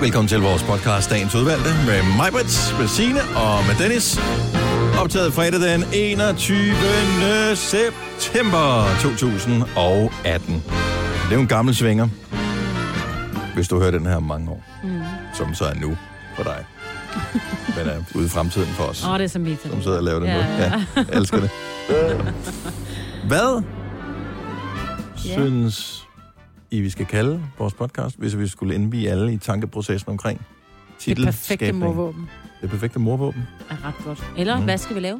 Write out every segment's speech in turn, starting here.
Velkommen til vores podcast, Dagens Udvalgte, med mig, Britt, med Signe og med Dennis. Optaget fredag den 21. september 2018. Det er jo en gammel svinger, hvis du hører den her om mange år, som så er nu for dig. Men er ude i fremtiden for os. Det er så mit. Som sidder og laver det nu. Ja, jeg elsker det. Hvad synes vi skal kalde vores podcast, hvis vi skulle indvie alle i tankeprocessen omkring titelskabning? Det perfekte morvåben. Det perfekte morvåben. Er ret godt. Eller, hvad skal vi lave?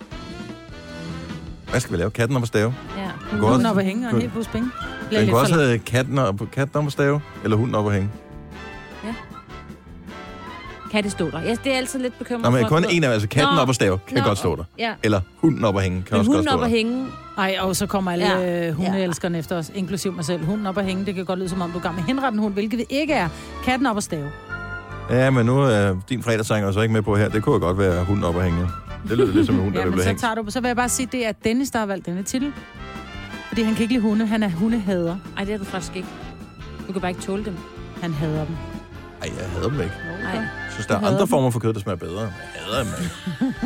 Hvad skal vi lave? Katten op at stave? Ja. Hunden op at hænge og en hel pose penge. Den kunne også hedde katten op at stave, eller hunden op at hænge. Ja. Kan det stå der? Ja, det er altid lidt bekymret for. Nå, men kun en af, altså katten op at stave kan godt stå der. Ja. Eller hunden op at hænge kan også godt stå der. Hunden op at hænge. Ej, og så kommer alle hundeelskerne efter os, inklusiv mig selv. Hunden op at hænge, det kan godt lyde som om, du er gang med henretten hund, hvilket det ikke er. Katten op at stave. Ja, men nu er din fredagssang så ikke med på her. Det kunne godt være hunden op at hænge. Det lyder lidt som en hund, der bliver hængt. Så vil jeg bare sige, det er Dennis, der har valgt denne titel. Fordi han kan ikke lide hunde. Han er hundehader. Ej, det er du faktisk ikke. Du kan bare ikke tåle dem. Han hader dem. Ej, jeg hader dem ikke. Nej. Jeg synes, der er andre former for kød, der smager bedre. Jeg hader dem ikke.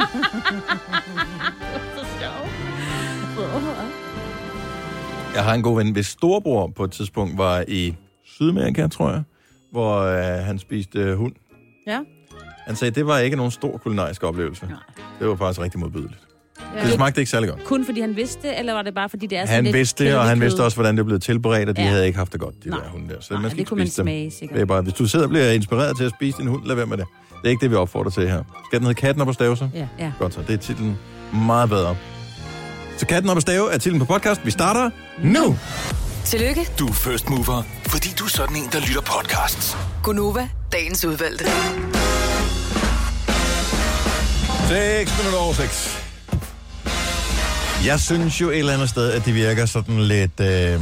Jeg har en god ven, hvis storebror på et tidspunkt var i Sydamerika, tror jeg, hvor han spiste hund. Ja. Han sagde, at det var ikke nogen stor kulinarisk oplevelse. Nej. Det var faktisk rigtig modbydeligt. Ja. Det smagte ikke særlig godt. Kun fordi han vidste det, eller var det bare fordi det er sådan han lidt vidste det, og han vidste også, hvordan det blev tilberedt, og de havde ikke haft det godt, de der hunde der. Så man skal det kunne man smage, sikkert. Det er bare, hvis du sidder og bliver inspireret til at spise din hund, lad være med det. Det er ikke det, vi opfordrer til her. Skal den hedde Katten op at stave så? Ja. Godt så, det er titlen meget bedre. Så Katten op at stave er titlen på podcast. Vi starter nu! Tillykke. Du er first mover, fordi du er sådan en, der lytter podcasts. Gunova, dagens udvalgte. 6:06. Jeg synes jo et eller andet sted, at det virker sådan lidt, hvad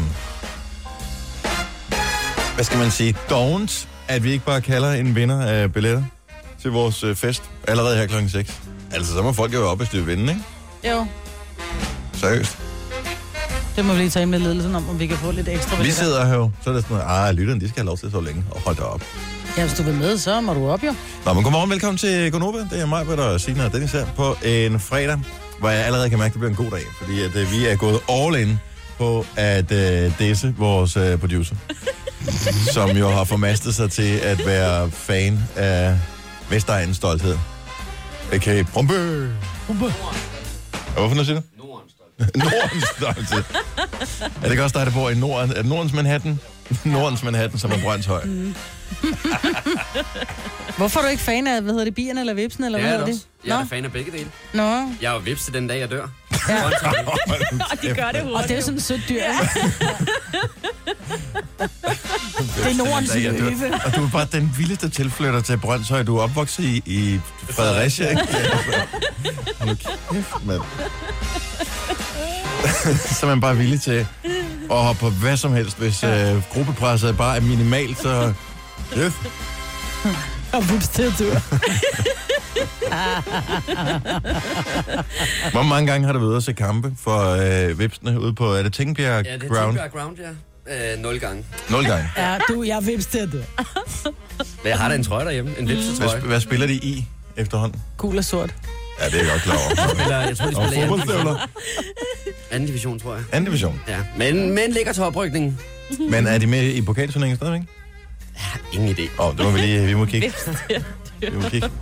skal man sige, dovent, at vi ikke bare kalder en vinder af billetter til vores fest allerede her klokken 6. Altså, så må folk jo op, hvis de vil vinde, ikke? Jo. Seriøst. Det må vi lige tage med ledelsen om vi kan få lidt ekstra. Vi sidder her jo, så er det sådan noget, lytterne, de skal have lov til så længe, og hold da op. Ja, hvis du vil med, så må du op, jo. Nå, men godmorgen, velkommen til Gunova. Det er mig, Britt og Signe og Dennis her på en fredag, hvor jeg allerede kan mærke, at det bliver en god dag, fordi at, vi er gået all in på at disse vores producer, som jo har formastet sig til at være fan af Vestegnens stolthed. A.k.a. Brumpe. Hvorfor nu siger du? Nordens stolthed. Er det ikke også dig, der bor i Norden? Er det Nordens Manhattan? Nordens Manhattan, som er Brøndshøj. Hvorfor er du ikke fan af, bierne eller vipsen, eller hvad er det? Jeg er fan af begge dele. Nå. Jeg er jo vipset den dag, jeg dør. Ja. Og de gør det hurtigt. Og det er sådan en sødt dyr. Det er Nordens løve. Og du er bare den vildeste tilflytter til Brøndshøj. Du er opvokset i Fredericia, ikke? Hold kæft, mand. Så er man bare villig til at hoppe på hvad som helst, hvis gruppepresset bare er minimalt, så... Og vips til at dø. Hvor mange gange har du været ude at se kampe for vipsene ude på, er det Tingbjerg Ground? Ja, det er Tingbjerg Ground, ja. 0 gange. 0 gange? Ja, jeg er vips til at dø. Men jeg har da en trøje derhjemme, en vipsetrøje. Hvad spiller de i efterhånden? Gul og sort. Ja, det er jeg godt klar over. Jeg tror, de spiller i anden division, tror jeg. Anden division? Ja, men ligger til oprykningen. Men er de med i pokalturneringen stadigvæk? Ja, ingen idé. Det må vi må kigge. Vi må kigge.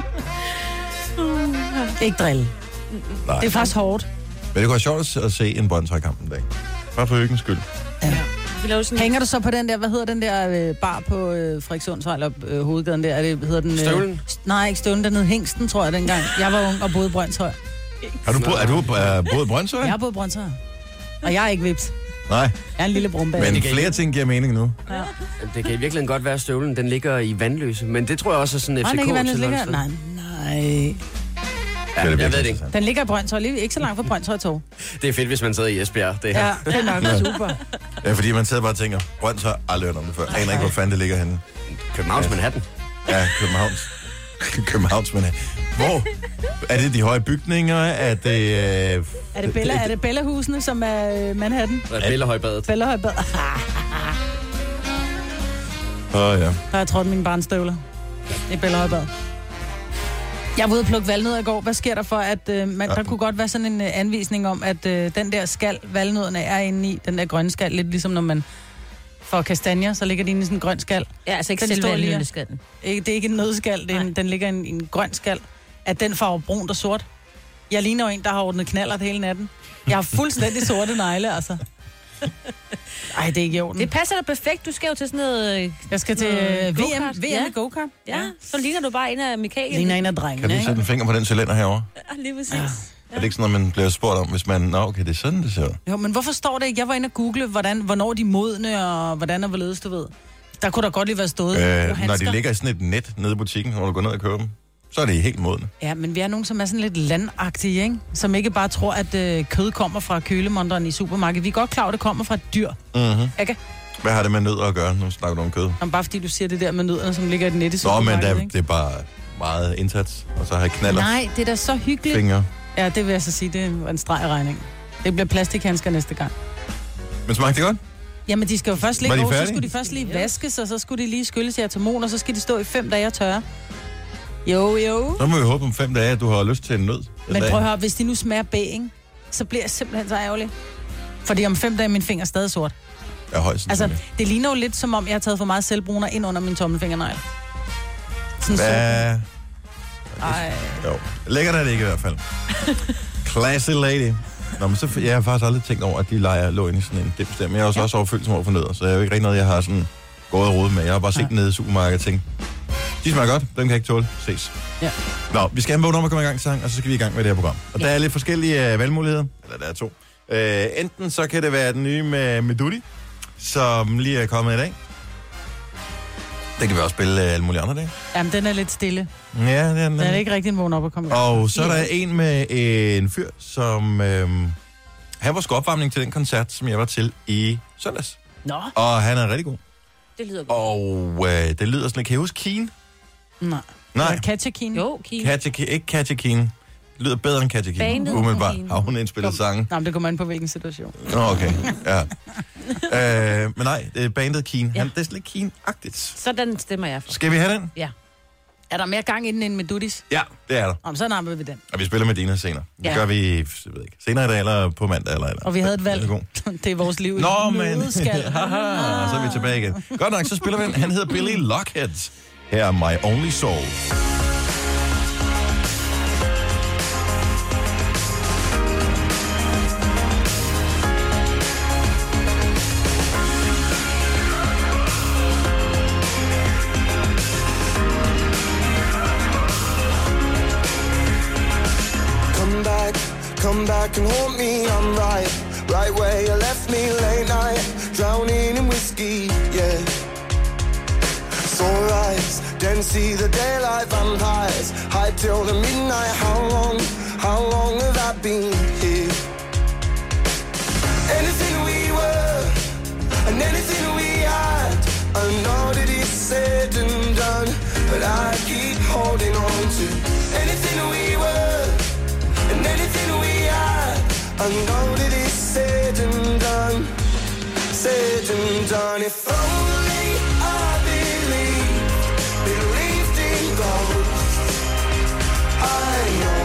Ikke drille. Nej. Det er faktisk hårdt. Men det kunne være sjovt at se en Brøndshøj-kamp en dag. Bare for hyggens skyld. Ja. Hænger du så på den der, hvad hedder den der bar på Frederikssundsvej, eller hovedgaden der? Hedder den, Støvlen? Nej, ikke Støvlen, den hed Hængsten, tror jeg, dengang. Jeg var ung og boede i Brøndshøj. Er du boet i Brøndshøj? Jeg har boet i Brøndshøj. Og jeg er ikke vips. Nej. Jeg er en lille brumbag. Men flere ting giver mening nu. Ja. Det kan i virkeligheden godt være, Støvlen, den ligger i Vandløse, men det tror jeg også er sådan en FCK til noget. Nej. Ja, jeg ved det ikke. Den ligger i Brøndshøj, ikke så langt fra Brøndshøj Torv. Det er fedt, hvis man sidder i Esbjerg, det her. Ja, det er nok super. Ja, fordi man sidder bare og tænker, Brøndshøj, aldrig hørt om det før. Jeg aner ikke, hvor fanden det ligger henne. Københavns Manhattan. Ja, Københavns Manhattan. Hvor? Er det de høje bygninger? Er det Bella-husene, som er Manhattan? Bellahøjbadet. Bellahøjbadet. Ja. Der har jeg trådt mine barnstøvler i Bellahøjbad. Jeg var ude og plukke valnødder i går. Hvad sker der for, at der kunne godt være sådan en anvisning om, at den der skal, valnødderne er inde i, den der grønne skal, lidt ligesom når man får kastanjer, så ligger de inde i sådan en grøn skal. Ja, altså ikke Den selv står lige- valnøddeskallen. Det er ikke en nødskal, den ligger i en grøn skal. At den farver brunt og sort. Jeg ligner jo en, der har ordnet knallert hele natten. Jeg har fuldstændig sorte negle, altså. Ej, det er ikke i orden. Det passer da perfekt. Du skal jo til sådan noget... Jeg skal til go-kart. VM i go-kart. Ja, så ligner du bare en af Michael. Ligner en af Kan du drengene, lige ikke? sætte en finger på den cylinder herovre? Ja, lige præcis. Ja. Er det ikke sådan noget, man bliver spurgt om, hvis man... Nå, okay, det er sådan, det ser ud. Jo, men hvorfor står det ikke? Jeg var inde og google, hvornår de er modne, og hvordan og hvorledes, du ved. Der kunne der godt lige være stået. Når de ligger i sådan et net nede i butikken, hvor du går ned og køber dem, så er det helt modne. Ja, men vi er nogen, som er sådan lidt landagtige, ikke? Som ikke bare tror, at kød kommer fra kølemonteren i supermarkedet. Vi er godt klar, at det kommer fra et dyr. Mm-hmm. Ikke? Hvad har det med nødder at gøre? Nu snakker du om kød. Jamen, bare fordi du siger det der med nødderne, som ligger i et net i Nå, supermarkedet, men ikke? det er bare meget indsats, og så har jeg knaller Nej, det er da så hyggeligt. fingre. Ja, det vil jeg så sige, det var en streg i regning. Det bliver plastikhandsker næste gang. Men smagte det godt? Jamen, de skal jo først Var ligge de over, så færdige? skulle de først lige vaskes, og så skulle de lige skylles i atomon, og så skal de stå i 5 dage og tørre. Jo. Så må vi håbe om 5 dage, at du har lyst til en nød. Men prøv at høre, hvis de nu smager bæ, ikke? Så bliver jeg simpelthen så ærgerlig. Fordi om 5 dage er min finger stadig sort. Ja, højst Altså, sandsynligt. det ligner jo lidt som om, jeg har taget for meget selvbruner ind under min tommelfingernegl. Sådan Hvad? Ej. Jo, lækkert er det ikke i hvert fald. Classy lady. Nå, men så, jeg har faktisk aldrig tænkt over, at de lejer lå inde i sådan en dims der. Men jeg er også overfølsom over for nødder, så jeg er jo ikke rigtig noget, jeg har sådan gået og rodet med. Jeg har bare set nede i supermarkedet og tænkt, de smager godt, dem kan jeg ikke tåle. Ses. Ja. Nå, vi skal have en vågne om at komme i gang sang, og så skal vi i gang med det her program. Og der er lidt forskellige valgmuligheder. Eller der er 2. Enten så kan det være den nye med Medudi, som lige er kommet i dag. Den kan vi også spille alle mulige andre dage. Jamen, den er lidt stille. Ja, det er den. Den er ikke rigtig en vågen op at komme i gang. Og så er der en med en fyr, som... han var sgu opvarmning til den koncert, som jeg var til i søndags. Nå. Og han er rigtig god. Det lyder godt. Og det lyder sådan... Kan I huske Keen? Nej. Nej, Katja Keen. Jo, Kine. ikke Katja Keen. Det lyder bedre end Katja Keen. Bandet Umiddelbart Keen. har hun indspillet sange. Nej, men det kommer an på, hvilken situation. Nå, okay. Ja. Men nej, det er bandet Keen. Ja. Det er slet ikke Keen-agtigt. Sådan stemmer jeg for. Skal vi have den? Ja. Er der mere gang i den end med Dudis? Ja, det er der. Om så napper vi den. Og vi spiller med Dina senere. Det Ja. gør vi, jeg ved ikke, senere i dag, eller på mandag, eller. Og vi havde et valg. Det er god. Det er vores liv. Nå, men... Nøddeskal. Haha, så er vi tilbage igen. Godt nok, så spiller vi den. Han hedder Billy Lockhead. Her er My Only Soul. Come back and haunt me, I'm right where you left me late night, drowning in whiskey, yeah. Sunrise, then see the daylight, vampires, hide till the midnight, how long have I been here? Anything we were, and anything we had, I know that it's said and done, but I keep holding on to anything we were, and anything we had, I know that it's said and done, said and done. If only I believed in ghosts, I know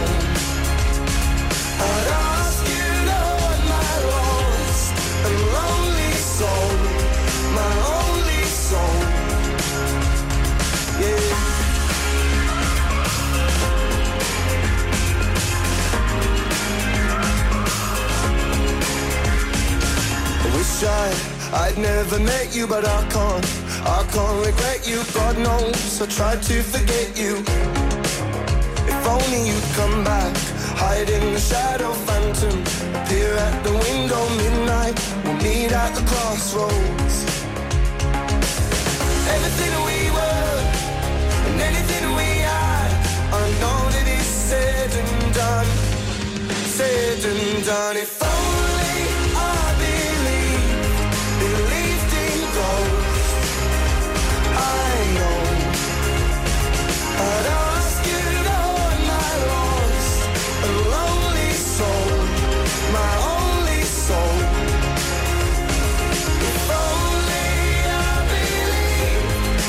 I'd ask you to hold my lost and lonely soul, my only soul, yeah. I'd never met you, but I can't regret you. God knows I tried to forget you. If only you'd come back, hide in the shadow phantom, appear at the window midnight, we'll meet at the crossroads. Everything we were, and anything we had, I know that it's said and done, said and done. If only I believed in ghosts, I know I'd ask you to hold my lost and lonely soul, my only soul. If only I believed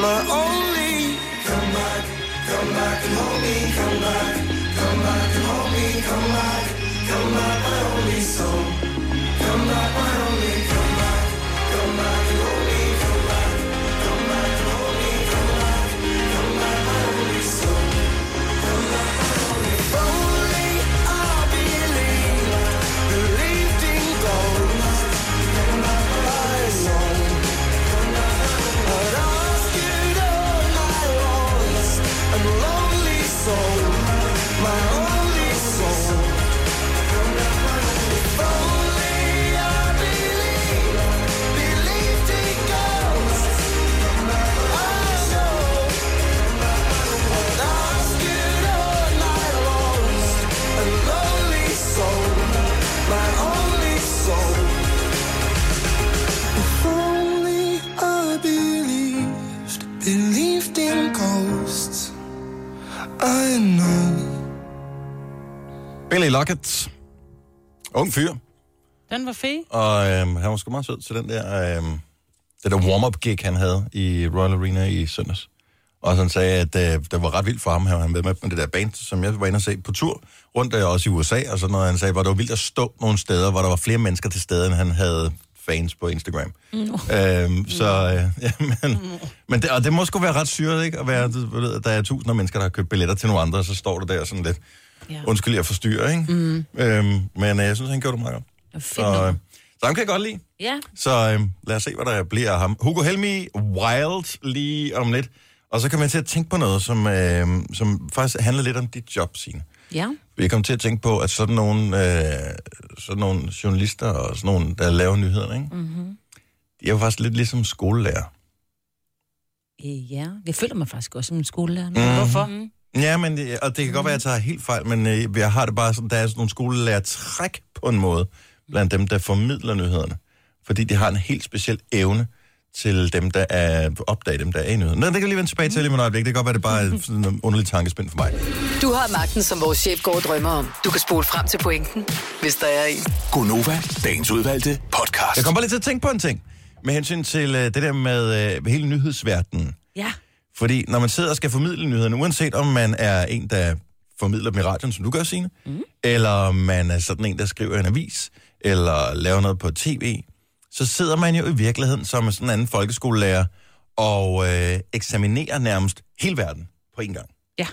my only. Come back and hold me. Come back and hold me. Come back, my only soul. Come back, my only. Come back and hold me. Come back and hold me. Come back, my only soul. Come back, my only. If only I believed in ghosts. I know I'd ask you to my lost and lonely soul, my only soul. If only I believed in ghosts. I know I'd ask you to my lost and lonely soul, my only soul. If only I believed in ghosts. I know. Billy Lockett. Ung fyr. Den var fed. Og han var sgu meget sød til den der, det der warm-up gig, han havde i Royal Arena i søndags. Og så han sagde, at det var ret vildt for ham. Han var med det der band, som jeg var inde og se på tur rundt også i USA. Og sådan noget. Han sagde, hvor det var vildt at stå nogle steder, hvor der var flere mennesker til stede, end han havde fans på Instagram. Men det, og det må sgu være ret syret, ikke? At være, der er tusinder af mennesker, der har købt billetter til nogle andre, og så står du der sådan lidt, undskyld, jeg forstyrrer, ikke? Men jeg synes, han gjorde det meget godt. Så ham kan jeg godt lide. Ja. Så lad os se, hvad der bliver af ham. Hugo Helmig, Wild, lige om lidt. Og så kan man til at tænke på noget, som faktisk handler lidt om dit job, Signe. Ja. Vi kom til at tænke på, at sådan nogle journalister og sådan nogle, der laver nyhederne, ikke? Mm-hmm. De er jo faktisk lidt ligesom skolelærer. Ja, jeg føler mig faktisk også som en skolelærer. Hvorfor? Ja, men og det kan godt være, at jeg tager helt fejl, men jeg har det bare sådan, der er sådan nogle skolelærer-træk på en måde, blandt dem, der formidler nyhederne. Fordi de har en helt speciel evne til dem, der er opdaget dem, der er i nyheden. Men det kan lige vende tilbage til lige med et øjeblik. Det kan godt være, det bare er sådan en underlig tankespind for mig. Du har magten, som vores chef går og drømmer om. Du kan spole frem til pointen, hvis der er en. Gonova, dagens udvalgte podcast. Jeg kommer bare lige til at tænke på en ting. Med hensyn til det der med hele nyhedsverdenen. Ja. Fordi når man sidder og skal formidle nyhederne, uanset om man er en, der formidler dem i radioen, som du gør, Signe, eller man er sådan en, der skriver en avis, eller laver noget på tv, så sidder man jo i virkeligheden som sådan en anden folkeskolelærer og eksaminerer nærmest hele verden på en gang. Ja.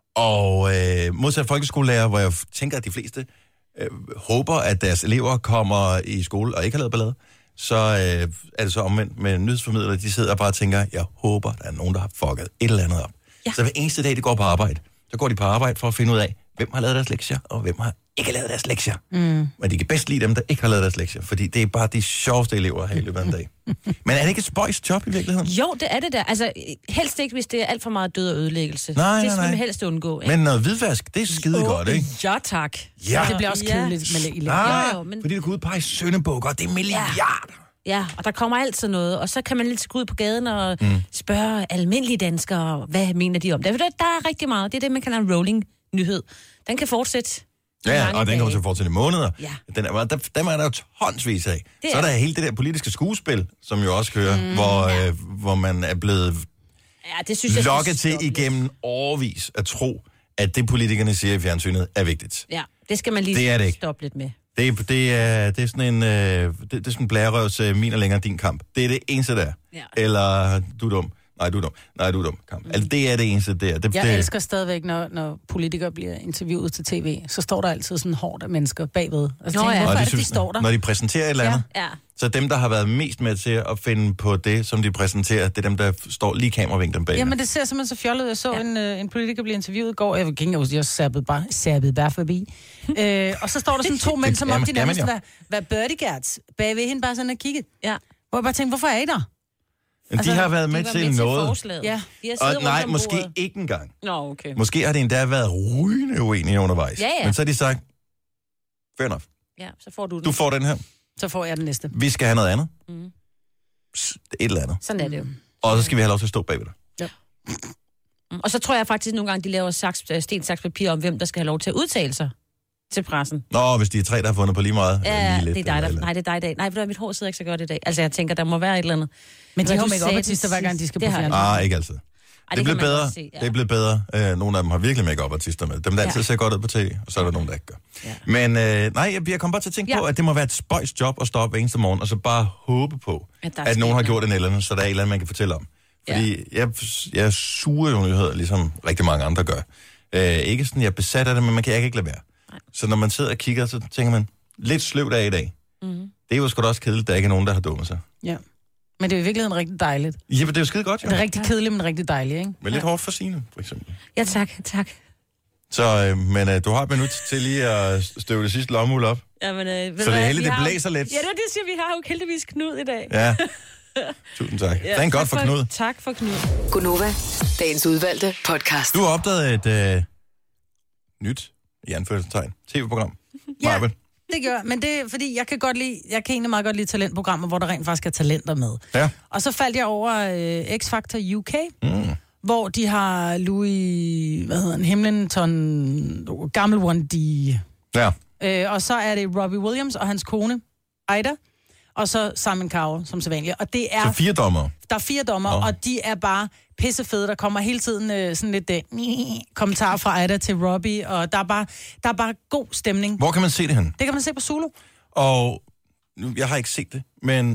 Og modsat folkeskolelærer, hvor jeg tænker, at de fleste håber, at deres elever kommer i skole og ikke har lavet ballade, så er det så omvendt med nyhedsformidlere. De sidder og bare tænker, jeg håber, der er nogen, der har fucket et eller andet op. Ja. Så hver eneste dag, de går på arbejde, så går de på arbejde for at finde ud af, hvem har lavet deres lektier, og hvem har ikke lavet deres lektier. Men de kan bedst lide dem, der ikke har lavet deres lektier, fordi det er bare de sjoveste elever her i løbet af en dag. Men er det ikke et spøjs job i virkeligheden? Jo, det er det der. Altså, helst ikke, hvis det er alt for meget død og ødelæggelse. Nej, det skal man helst undgå. Ikke? Men noget hvidvask, det er skide godt, ikke? Ja, tak. Ja. Det bliver også kedeligt med lidt. Jo, men... Fordi du kan udpege syndebukker, og det er milliarder. Ja, og der kommer altid noget, og så kan man lidt gå ud på gaden og spørge almindelige danskere, hvad mener de om det. Der er rigtig meget. Det er det, man kan have en rolling nyhed. Den kan fortsætte. Ja, og den kommer til at fortsætte i måneder. Ja. Dem er der jo tonsvis af. Så er der hele det der politiske skuespil, som jo også kører, hvor man er blevet det synes jeg lokket til igennem årevis at tro, at det politikerne siger i fjernsynet er vigtigt. Ja, det skal man lige stoppe lidt med. Det er sådan en det er sådan en blærerøvs min er længere din kamp. Det er det eneste der. Ja. Eller du er dum. Nej, du er dum. Nej, du er dum. Kamp. Altså, det er det eneste der. Jeg elsker stadigvæk, når politikere bliver interviewet til tv, så står der altid sådan hårdt af mennesker bagved. Altså, hvorfor er det, de står der? Når de præsenterer et eller andet, så dem, der har været mest med til at finde på det, som de præsenterer, det er dem, der står lige kameravinklen bagved. Jamen, det ser simpelthen så fjollet ud. Jeg så en politiker blive interviewet i går. Jeg kan ikke huske, jeg sabbede bare forbi. Og så står der sådan to mænd, som om de nærmest var bodyguards bagved hende, bare sådan og kigge. Ja. Hvor jeg bare tænkte, hvorfor er I der? De har været med til noget. Ja. Og nej, måske ikke engang. Nå, okay. Måske har det endda været rygende uenige undervejs. Ja. Men så har de sagt, fair enough. Ja, så får du den. Du får den her. Så får jeg den næste. Vi skal have noget andet. Et eller andet. Sådan er det jo. Og så skal vi have lov til at stå bagved dig. Ja. Og så tror jeg faktisk nogle gange, de laver sten, saks, papir om, hvem der skal have lov til at udtale sig til pressen. Nå, hvis de er 3, der har fundet på lige meget. Ja, lige lidt, det er dig, eller- der... Nej, det er dig i dag. Nej, mit hår sidder ikke så godt i dag. Altså, jeg tænker, der må være et eller andet. Men de Hvad har du make-up sagde artister, hver gang de skal det på har jeg. fjernsyn. Ikke altid. Ej, Det er kan blevet man bedre. godt se, ja. Det er blevet bedre. Nogle af dem har virkelig make-up artister med. Dem, der altid ser godt ud på tv, og så er der nogen, der ikke gør. Ja. Men jeg kommer bare til at tænke på, at det må være et spøjs job at stå op hver eneste morgen, og så bare håbe på, at nogen har gjort en eller anden, så der er et eller andet, man kan fortælle om. Fordi jeg suger jo nyheder, ligesom rigtig mange andre gør. Ikke sådan, jeg er besat af det, men jeg kan ikke lade være. Nej. Så når man sidder og kigger, så tænker man, lidt sløvt af i dag. Mm-hmm. Det er jo sgu da også kedeligt, der ikke er nogen, der har dummet sig. Ja. Men det er jo i virkeligheden rigtig dejligt. Ja, men det er jo skide godt, jo. Det er rigtig kedeligt, men rigtig dejligt, ikke? Men lidt hårdt for Signe, for eksempel. Ja, tak. Så, men du har et minut til lige at støve det sidste lommehul op. Ja, men, Så det er heldigt, det blæser lidt. Ja, det siger vi har jo heldigvis Knud i dag. Ja. Tusind tak. Thank God for Knud. Tak for Knud. Gunova, dagens udvalgte podcast. Du har opdaget et nyt, i anførselstegn, tv-program. Ja, Marbet. det gør. Men det er, fordi jeg kan egentlig meget godt lide talentprogrammer, hvor der rent faktisk er talenter med. Ja. Og så faldt jeg over X-Factor UK, hvor de har Louis, Hamilton, gammel one D. Ja. Og så er det Robbie Williams og hans kone, Ida, og så Simon Cowell, som sædvanligt. Og det er... Så 4 dommer. Der er 4 dommer, og de er bare pissefede. Der kommer hele tiden sådan lidt kommentarer fra Ida til Robbie, og der er bare god stemning. Hvor kan man se det hen? Det kan man se på Zulu. Og jeg har ikke set det, men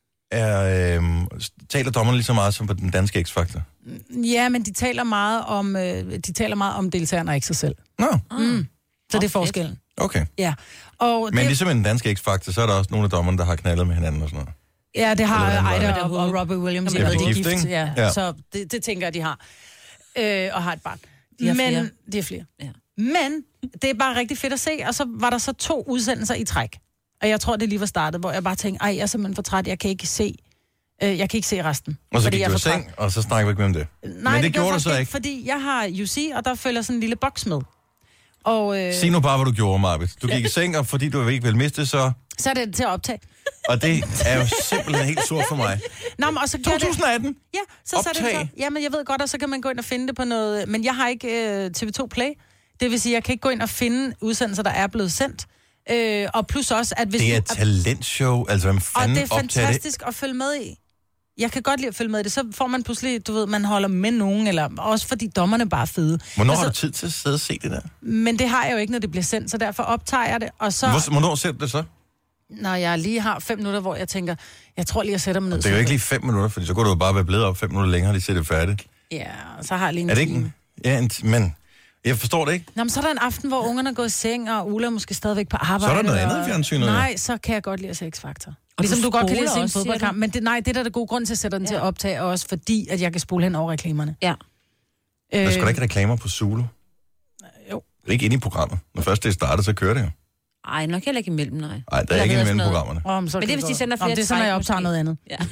taler dommerne lige så meget som på den danske X-Factor? Ja, men de taler meget om deltagerne og ikke sig selv. Nå, Så det er forskellen. okay. Ja. Og Men ligesom i den danske X-Factor, så er der også nogle af dommerne, der har knaldet med hinanden og sådan noget. ja, det har Eller Ida hvordan og Robbie Williams. Det er Ja, de er gift, gift, ikke? ja. Ja. Så det tænker jeg, de har. Og har et barn. De har flere. De er flere. Ja. Men det er bare rigtig fedt at se, og så var der så 2 udsendelser i træk. Og jeg tror, det lige var startet, hvor jeg bare tænkte, jeg er simpelthen for træt, jeg kan ikke se resten. Og så fordi gik jeg du er i for træt. seng, og så snakker vi ikke mere om det. Nej, Men det gjorde du faktisk så ikke. Fordi jeg har UC, og der følger sådan en lille boks med. Og Sig nu bare, hvad du gjorde, Marbet. Du gik i seng, og fordi du ikke ville miste, så... så er det til at optage. Og det er jo simpelthen helt sort for mig. Nå, men og så gør det... 2018? Ja, så er det Optag. så. Ja, men jeg ved godt, og så kan man gå ind og finde det på noget... Men jeg har ikke TV2 Play. Det vil sige, jeg kan ikke gå ind og finde udsendelser, der er blevet sendt. Og plus også, at hvis... Det er et talentshow. Altså, hvem og fanden det er optager det? fantastisk at følge med i. Jeg kan godt lide at følge med i det. Så får man pludselig, du ved, man holder med nogen, eller også fordi dommerne bare er fede. Hvornår Altså, har du tid til at sidde og se det der? Men det har jeg jo ikke, når det bliver sendt, så derfor optager jeg det. Og så, Hvornår ser du det så? når jeg lige har 5 minutter, hvor jeg tænker, jeg tror lige, jeg sætter mig ned. Det er jo ikke lige 5 minutter, fordi så kunne du jo bare være blevet op 5 minutter længere, lige til det er færdigt. Ja, så har jeg lige en Er det time. ikke? Ja, men jeg forstår det ikke. Nå, men så er der en aften, hvor ungerne er gået i seng, og Ulla er måske stadigvæk på arbejde. Så er der noget og... andet i fjernsynet, ja. Nej, så kan jeg godt lide at se X-Factor. Og Ligesom du godt kan lide at se spoler en også, siger fodboldkamp. du? Men det, det er der god grund til at sætte den til at optage, og også fordi, at jeg kan spole hen over reklamerne. Ja. Der er sgu da ikke reklamer på Zulu. Jo. Ikke inde i programmet. Når først det starter, så kører det jo. Ej, nok heller ikke imellem, nej. Nej, der er Jeg ikke ved imellem sådan noget. programmerne. Så Men det er, hvis de sender flere det er sådan, når jeg træk, optager måske. noget andet. Ja.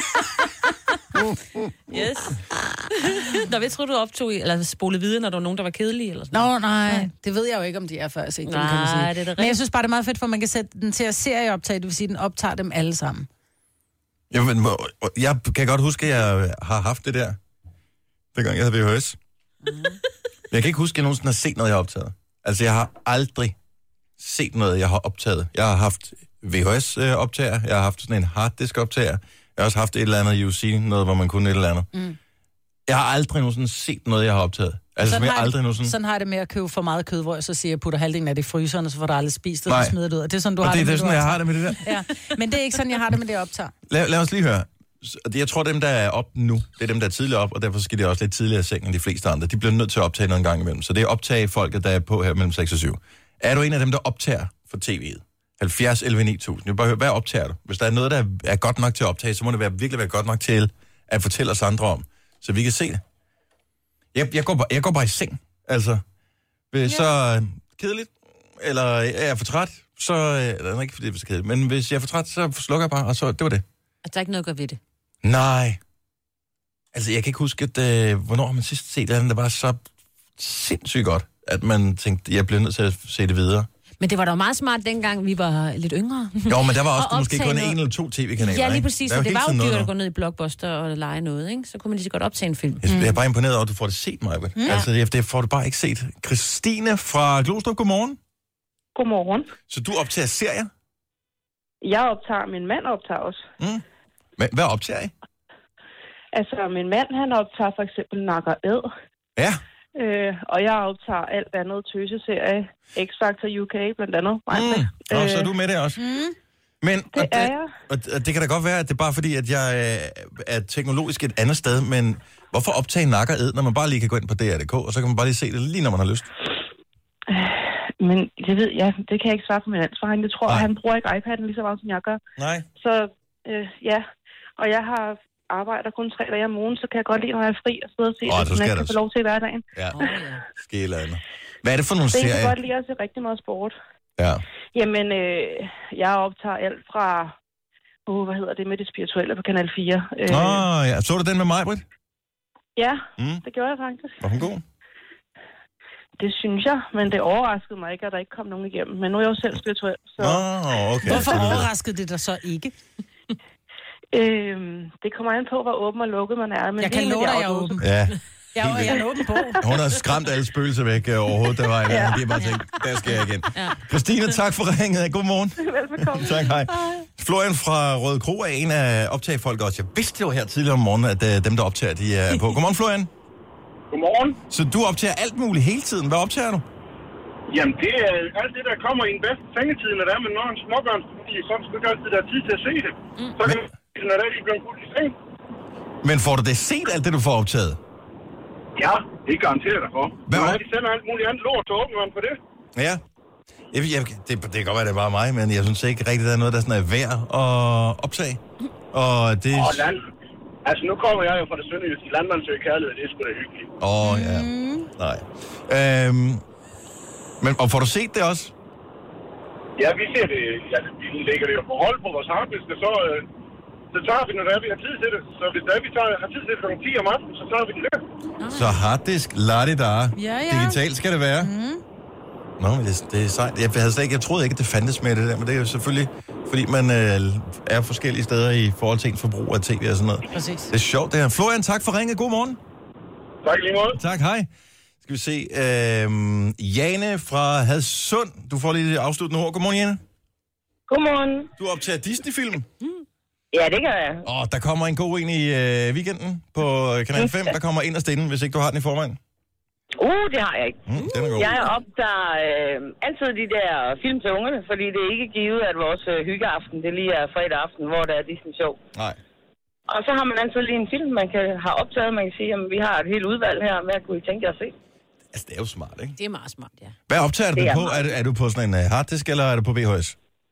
Yes. Nå, hvad tror du optog i, eller spolede videre, når der var nogen, der var kedelige? Eller sådan Nå, nej. Det ved jeg jo ikke, om de er før jeg set dem, kan man Nej, sige. det er da Men jeg rigtigt. synes bare, det er meget fedt, for man kan sætte den til at serieoptage, det vil sige, at den optager dem alle sammen. Jamen, jeg kan godt huske, at jeg har haft det der, dengang jeg havde VHS. Jeg kan ikke huske, at jeg nogensinde har set noget, jeg har optaget. Altså, jeg har aldrig set noget, jeg har optaget. Jeg har haft VHS-optager, jeg har haft sådan en harddisk-optager, jeg har også haft et eller andet UC, noget, hvor man kunne et eller andet. Jeg har aldrig nogensinde set noget, jeg har optaget. Altså, som jeg aldrig nogensinde... Sådan har jeg det med at købe for meget kød, hvor jeg så siger, at jeg putter halvdelen af det i fryseren, og så får du aldrig spist det, og Nej. så smider det ud. Og det er sådan, du Og har det er med, sådan, du jeg optager. har det med det der. Ja, men det er ikke sådan, jeg har det med det, jeg optager. Lad os lige høre. Jeg tror, dem, der er op nu, det er dem, der er tidligere op, og derfor skal de også lidt tidligere i seng end de fleste andre. De bliver nødt til at optage noget en gang imellem. Så det er optage folket, der er på her mellem 6 og 7. Er du en af dem, der optager for tv'et? 70 11 9000. Jeg vil bare høre, hvad optager du? Hvis der er noget, der er godt nok til at optage, så må det virkelig være godt nok til at fortælle os andre om, så vi kan se det. Jeg går bare i seng, altså. Hvis så kedeligt, eller er jeg for træt, så... Eller ikke, fordi det er så kedeligt, men hvis jeg er for træt, så slukker jeg bare, og så det var det. Altså, der er ikke noget at gøre ved det. Nej. Altså, jeg kan ikke huske, hvornår har man sidst set det, der var så sindssygt godt, at man tænkte, jeg bliver nødt til at se det videre. Men det var da meget smart, dengang vi var lidt yngre. Jo, men der var også Og måske kun optage 1 noget. eller 2 tv-kanaler, Ja, lige ikke? præcis. Der er Og det hele var tiden jo noget dyrt der. at gå ned i Blockbuster og lege noget, ikke? Så kunne man lige så godt optage en film. Jeg er bare imponeret over, at du får det set, Maja. Altså, det får du bare ikke set. Christine fra Glostrup, godmorgen. Godmorgen. Så du optager serier? Jeg optager, min mand optager også. Hvad optager I? Altså, min mand, han optager for eksempel Nak & Æd. Ja. Og jeg optager alt andet tøseserie. X-Factor UK, blandt andet. Så er du med det også? Men, det er jeg. Og det kan da godt være, at det er bare fordi, at jeg er teknologisk et andet sted, men hvorfor optage Nak & Æd, når man bare lige kan gå ind på DR.dk, og så kan man bare lige se det lige, når man har lyst? Men det ved jeg, det kan jeg ikke svare på min ansvaring. Det tror jeg, han bruger ikke iPad'en lige så meget, som jeg gør. Nej. Så ja, og jeg arbejder kun 3 dage om ugen, så kan jeg godt lide, når jeg er fri og sidde og se det, så jeg kan få lov til i hverdagen. Ja, skille andet. Hvad er det for nogle serier? Jeg kan godt lide at se rigtig meget sport. Ja. Jamen, jeg optager alt fra, hvad hedder det med det spirituelle på Kanal 4. Ja. Så du den med mig, Britt? Ja, det gjorde jeg faktisk. Var hun god? Det synes jeg, men det overraskede mig ikke, at der ikke kom nogen igennem. Men nu er jeg jo selv spirituel, så... Okay. Hvorfor overraskede det dig så ikke? Det kommer an på, hvor åben og lukket man er. Men jeg kan love dig, jeg er åben. Ja. Jeg er en åben bog. Hun har skræmt alle spøgelser væk overhovedet, der var i der. De har bare tænkt, der skal jeg igen. Christine, tak for ringet. Godmorgen. Velbekomme. Tak, hej. Florian fra Røde Kro er en af optagefolk også. Jeg vidste det var her tidligere om morgenen, at dem, der optager, de er på. Godmorgen, Florian. Godmorgen. Så du optager alt muligt hele tiden. Hvad optager du? Jamen, det er alt det, der kommer i den bedste sengetid, når der er med når en småbørn, så skal du ikke altid der tid til at se det. Så kan du, når der er, de bliver fuldt i seng. Men får du det set, alt det, du får optaget? Ja, det garanterer dig for. Når de sender alt muligt andet lort, så åbner man for det. Ja. Det kan godt være, det er bare mig, men jeg synes ikke rigtigt, der er noget, der sådan er værd at optage. Og det... Altså, nu kommer jeg jo fra det sønderjyske landmandsøge kærlighed, det er sgu da hyggeligt. Ja. Nej. Men, og får du set det også? Ja, vi ser det. Ja, vi lægger det jo på hold på vores harddisk, og så tager vi, når der er, vi har tid til det. Så hvis der er, vi har tid til det kl. 10 om aftenen, så tager vi det der. Så harddisk, la-di-da. Ja. Digitalt skal det være. Nå, men det er sejt. Jeg troede ikke, at det fandtes med det der, men det er jo selvfølgelig, fordi man er forskellige steder i forhold til ens forbrug af tv og sådan noget. Præcis. Det er sjovt, det her. Florian, tak for ringet. God morgen. Tak lige måde. Tak, hej. Skal vi se. Jane fra Hadsund. Du får lige det afsluttende ord. Godmorgen, Jane. Godmorgen. Du optager Disney-film. Ja, det gør jeg. Der kommer en god en i weekenden på Kanal 5. Der kommer inderst inde, hvis ikke du har den i forvejen. Det har jeg ikke. Den er god. Jeg optager altid de der film til ungerne, fordi det er ikke givet, at vores hyggeaften, det lige er fredag aften, hvor der er Disney-show. Nej. Og så har man altid lige en film, man kan have optaget. Man kan sige, at vi har et helt udvalg her. Hvad kunne I tænke jer at se? Altså, det er jo smart, ikke? Det er meget smart, ja. Hvad optager du på? Er du på sådan en harddisk, eller er du på VHS?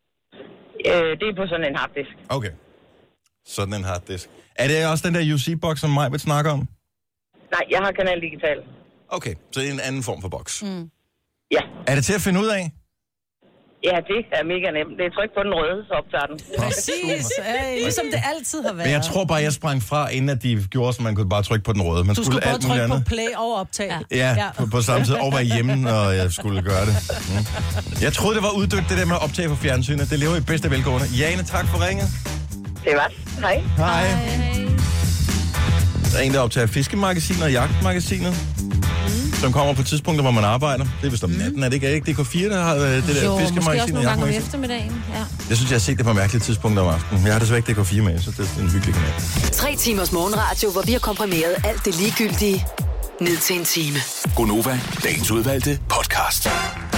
Det er på sådan en harddisk. Okay. Sådan en harddisk. Er det også den der UC-box, som Maj vil snakke om? Nej, jeg har Kanal Digital. Okay, så det er en anden form for boks. Ja. Er det til at finde ud af? Ja, det er mega nemt. Det er tryk på den røde, så optager den. Præcis. Ligesom det altid har været. Men jeg tror bare, jeg sprang fra, inden at de gjorde, så man kunne bare trykke på den røde. Man du skulle både trykke på play og optage. Ja. På samme tid og være hjemme, når jeg skulle gøre det. Jeg troede, det var uddødt, det der med at optage på fjernsynet. Det lever i bedste velgående. Jane, tak for ringet. Det var. Hej. Hej. Der er en, der optager Fiskemagasinet og Jagtmagasinet, som kommer på tidspunkter, hvor man arbejder. Det er vist om natten, er det ikke DK4, der har det der Fiskemagasinet måske også og nogle gange om Jagtmagasinet? eftermiddagen, ja. Jeg synes, jeg har set det på mærkelige tidspunkter om aftenen. Jeg har desværre ikke DK4 med, så det er en hyggelig kanal. 3 timers morgenradio, hvor vi har komprimeret alt det ligegyldige ned til en time. Gonova, dagens udvalgte podcast.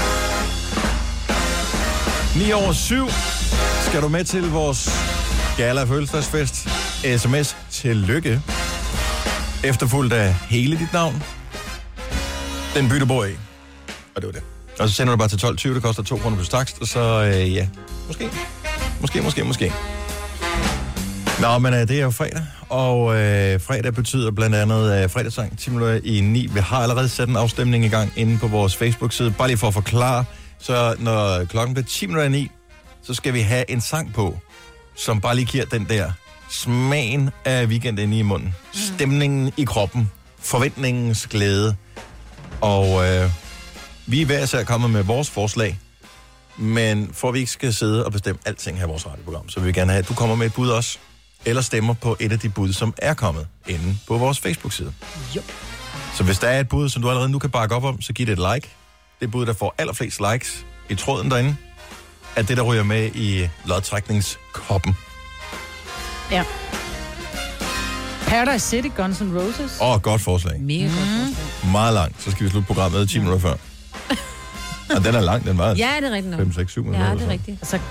9:07 skal du med til vores gala fødselsdagsfest. SMS til lykke. Efterfulgt af hele dit navn. Den by, du bor i. Og det var det. Og så sender du bare til 12.20, det koster 2 kroner plus takst, og så ja, måske. Nå, men det er jo fredag, og fredag betyder blandt andet fredagssang 10 minutter i 9. Vi har allerede sat en afstemning i gang inde på vores Facebook-side. Bare lige for at forklare, så når klokken bliver 10 minutter i 9, så skal vi have en sang på, som bare lige giver den der smagen af weekenden i munden. Stemningen i kroppen. Forventningens glæde. Og vi er hver især kommet med vores forslag, men for at vi ikke skal sidde og bestemme alting her i vores radioprogram, så vil vi gerne have, at du kommer med et bud også, eller stemmer på et af de bud, som er kommet inde på vores Facebook-side. Jo. Så hvis der er et bud, som du allerede nu kan bakke op om, så giv det et like. Det bud, der får allerflest likes i tråden derinde, er det, der ryger med i lodtrækningskoppen. Ja. Paradise City, Guns N' Roses. Godt forslag. Mega godt forslag. Meget langt. Så skal vi slutte programmet 10 minutter før. Og den er lang, den var. Ja, det er rigtigt nok. 5, 6, 7 minutter. Ja, det er rigtigt. Altså,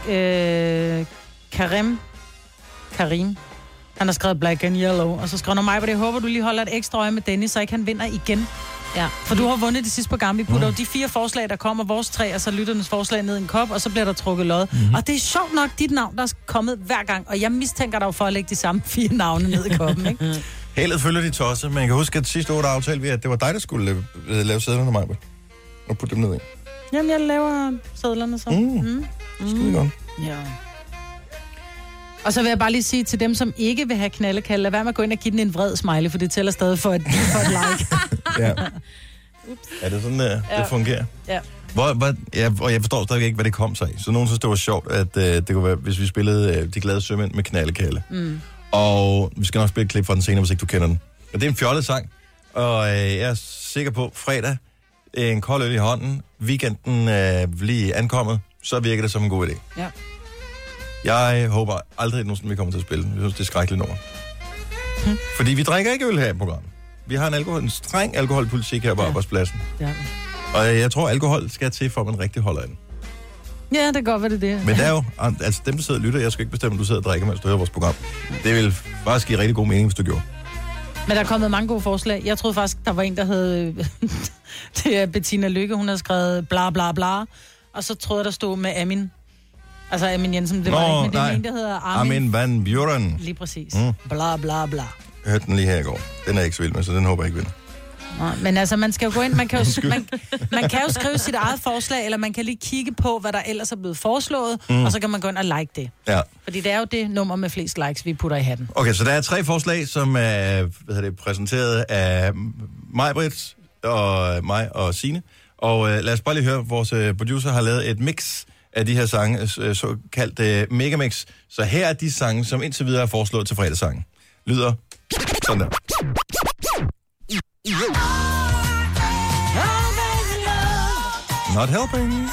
Karim, han har skrevet Black and Yellow, og så skrev han mig, jeg håber, du lige holder et ekstra øje med Dennis, så ikke han vinder igen. Ja. For du har vundet det sidste program. Vi putter jo de 4 forslag, der kommer, vores 3, og så lytternes forslag ned i en kop, og så bliver der trukket lod. Og det er sjovt nok dit navn, der er kommet hver gang, og jeg mistænker dig jo for at lægge de samme 4 navne ned i koppen, ikke? Heldet følger de tosser, men jeg kan huske, at sidste år, der aftalte vi, at det var dig, der skulle lave sædlerne, Maja. Og putte dem ned i. Jamen, jeg laver sædlerne så. Skide godt. Ja. Og så vil jeg bare lige sige til dem, som ikke vil have knaldekald, lad være med at gå ind og give den en vred smiley, for det tæller stadig for et like. Ja. Er det sådan, det fungerer? Ja. Og jeg forstår stadig ikke, hvad det kom sig i. Så nogen synes, det var sjovt, at det kunne være, hvis vi spillede De Glade Sømænd med knaldekalle. Og vi skal nok spille et klip fra den senere, hvis ikke du kender den. Men det er en fjollet sang, og jeg er sikker på, fredag, en kold øl i hånden, weekenden lige ankommet, så virker det som en god idé. Ja. Jeg håber aldrig, at vi kommer til at spille den. Jeg synes, det er skrækkeligt nummer. Fordi vi drikker ikke øl her i programmet. Vi har en streng alkoholpolitik her på arbejdspladsen. Ja. Og jeg tror, alkohol skal til, for at man rigtig holder af den. Ja, det kan godt være det. Men der er jo, altså dem, der sidder og lytter, jeg skal ikke bestemme, at du sidder og drikker, mens du hører vores program. Det vil faktisk give rigtig god mening, hvis du gjorde. Men der er kommet mange gode forslag. Jeg troede faktisk, der var en, der hed... det er Bettina Lykke, hun har skrevet bla bla bla. Og så troede jeg, der stod med Amin. Altså Amin Jensen, det var ikke, men det er en, der hedder Armin van Buren. Lige præcis. Bla bla bla. Jeg hørte den lige her i går. Den er jeg ikke så vild med, så den håber jeg ikke vinder. Nej, men altså, man skal jo gå ind, man kan jo skrive sit eget forslag, eller man kan lige kigge på, hvad der ellers er blevet foreslået, og så kan man gå ind og like det. Ja. Fordi det er jo det nummer med flest likes, vi putter i hatten. Okay, så der er 3 forslag, som er præsenteret af Maj-Brit og mig og Signe. Og lad os bare lige høre, vores producer har lavet et mix af de her sange, såkaldt megamix. Så her er de sange, som indtil videre er foreslået til fredagssangen. Lyder sådan der. Not helping.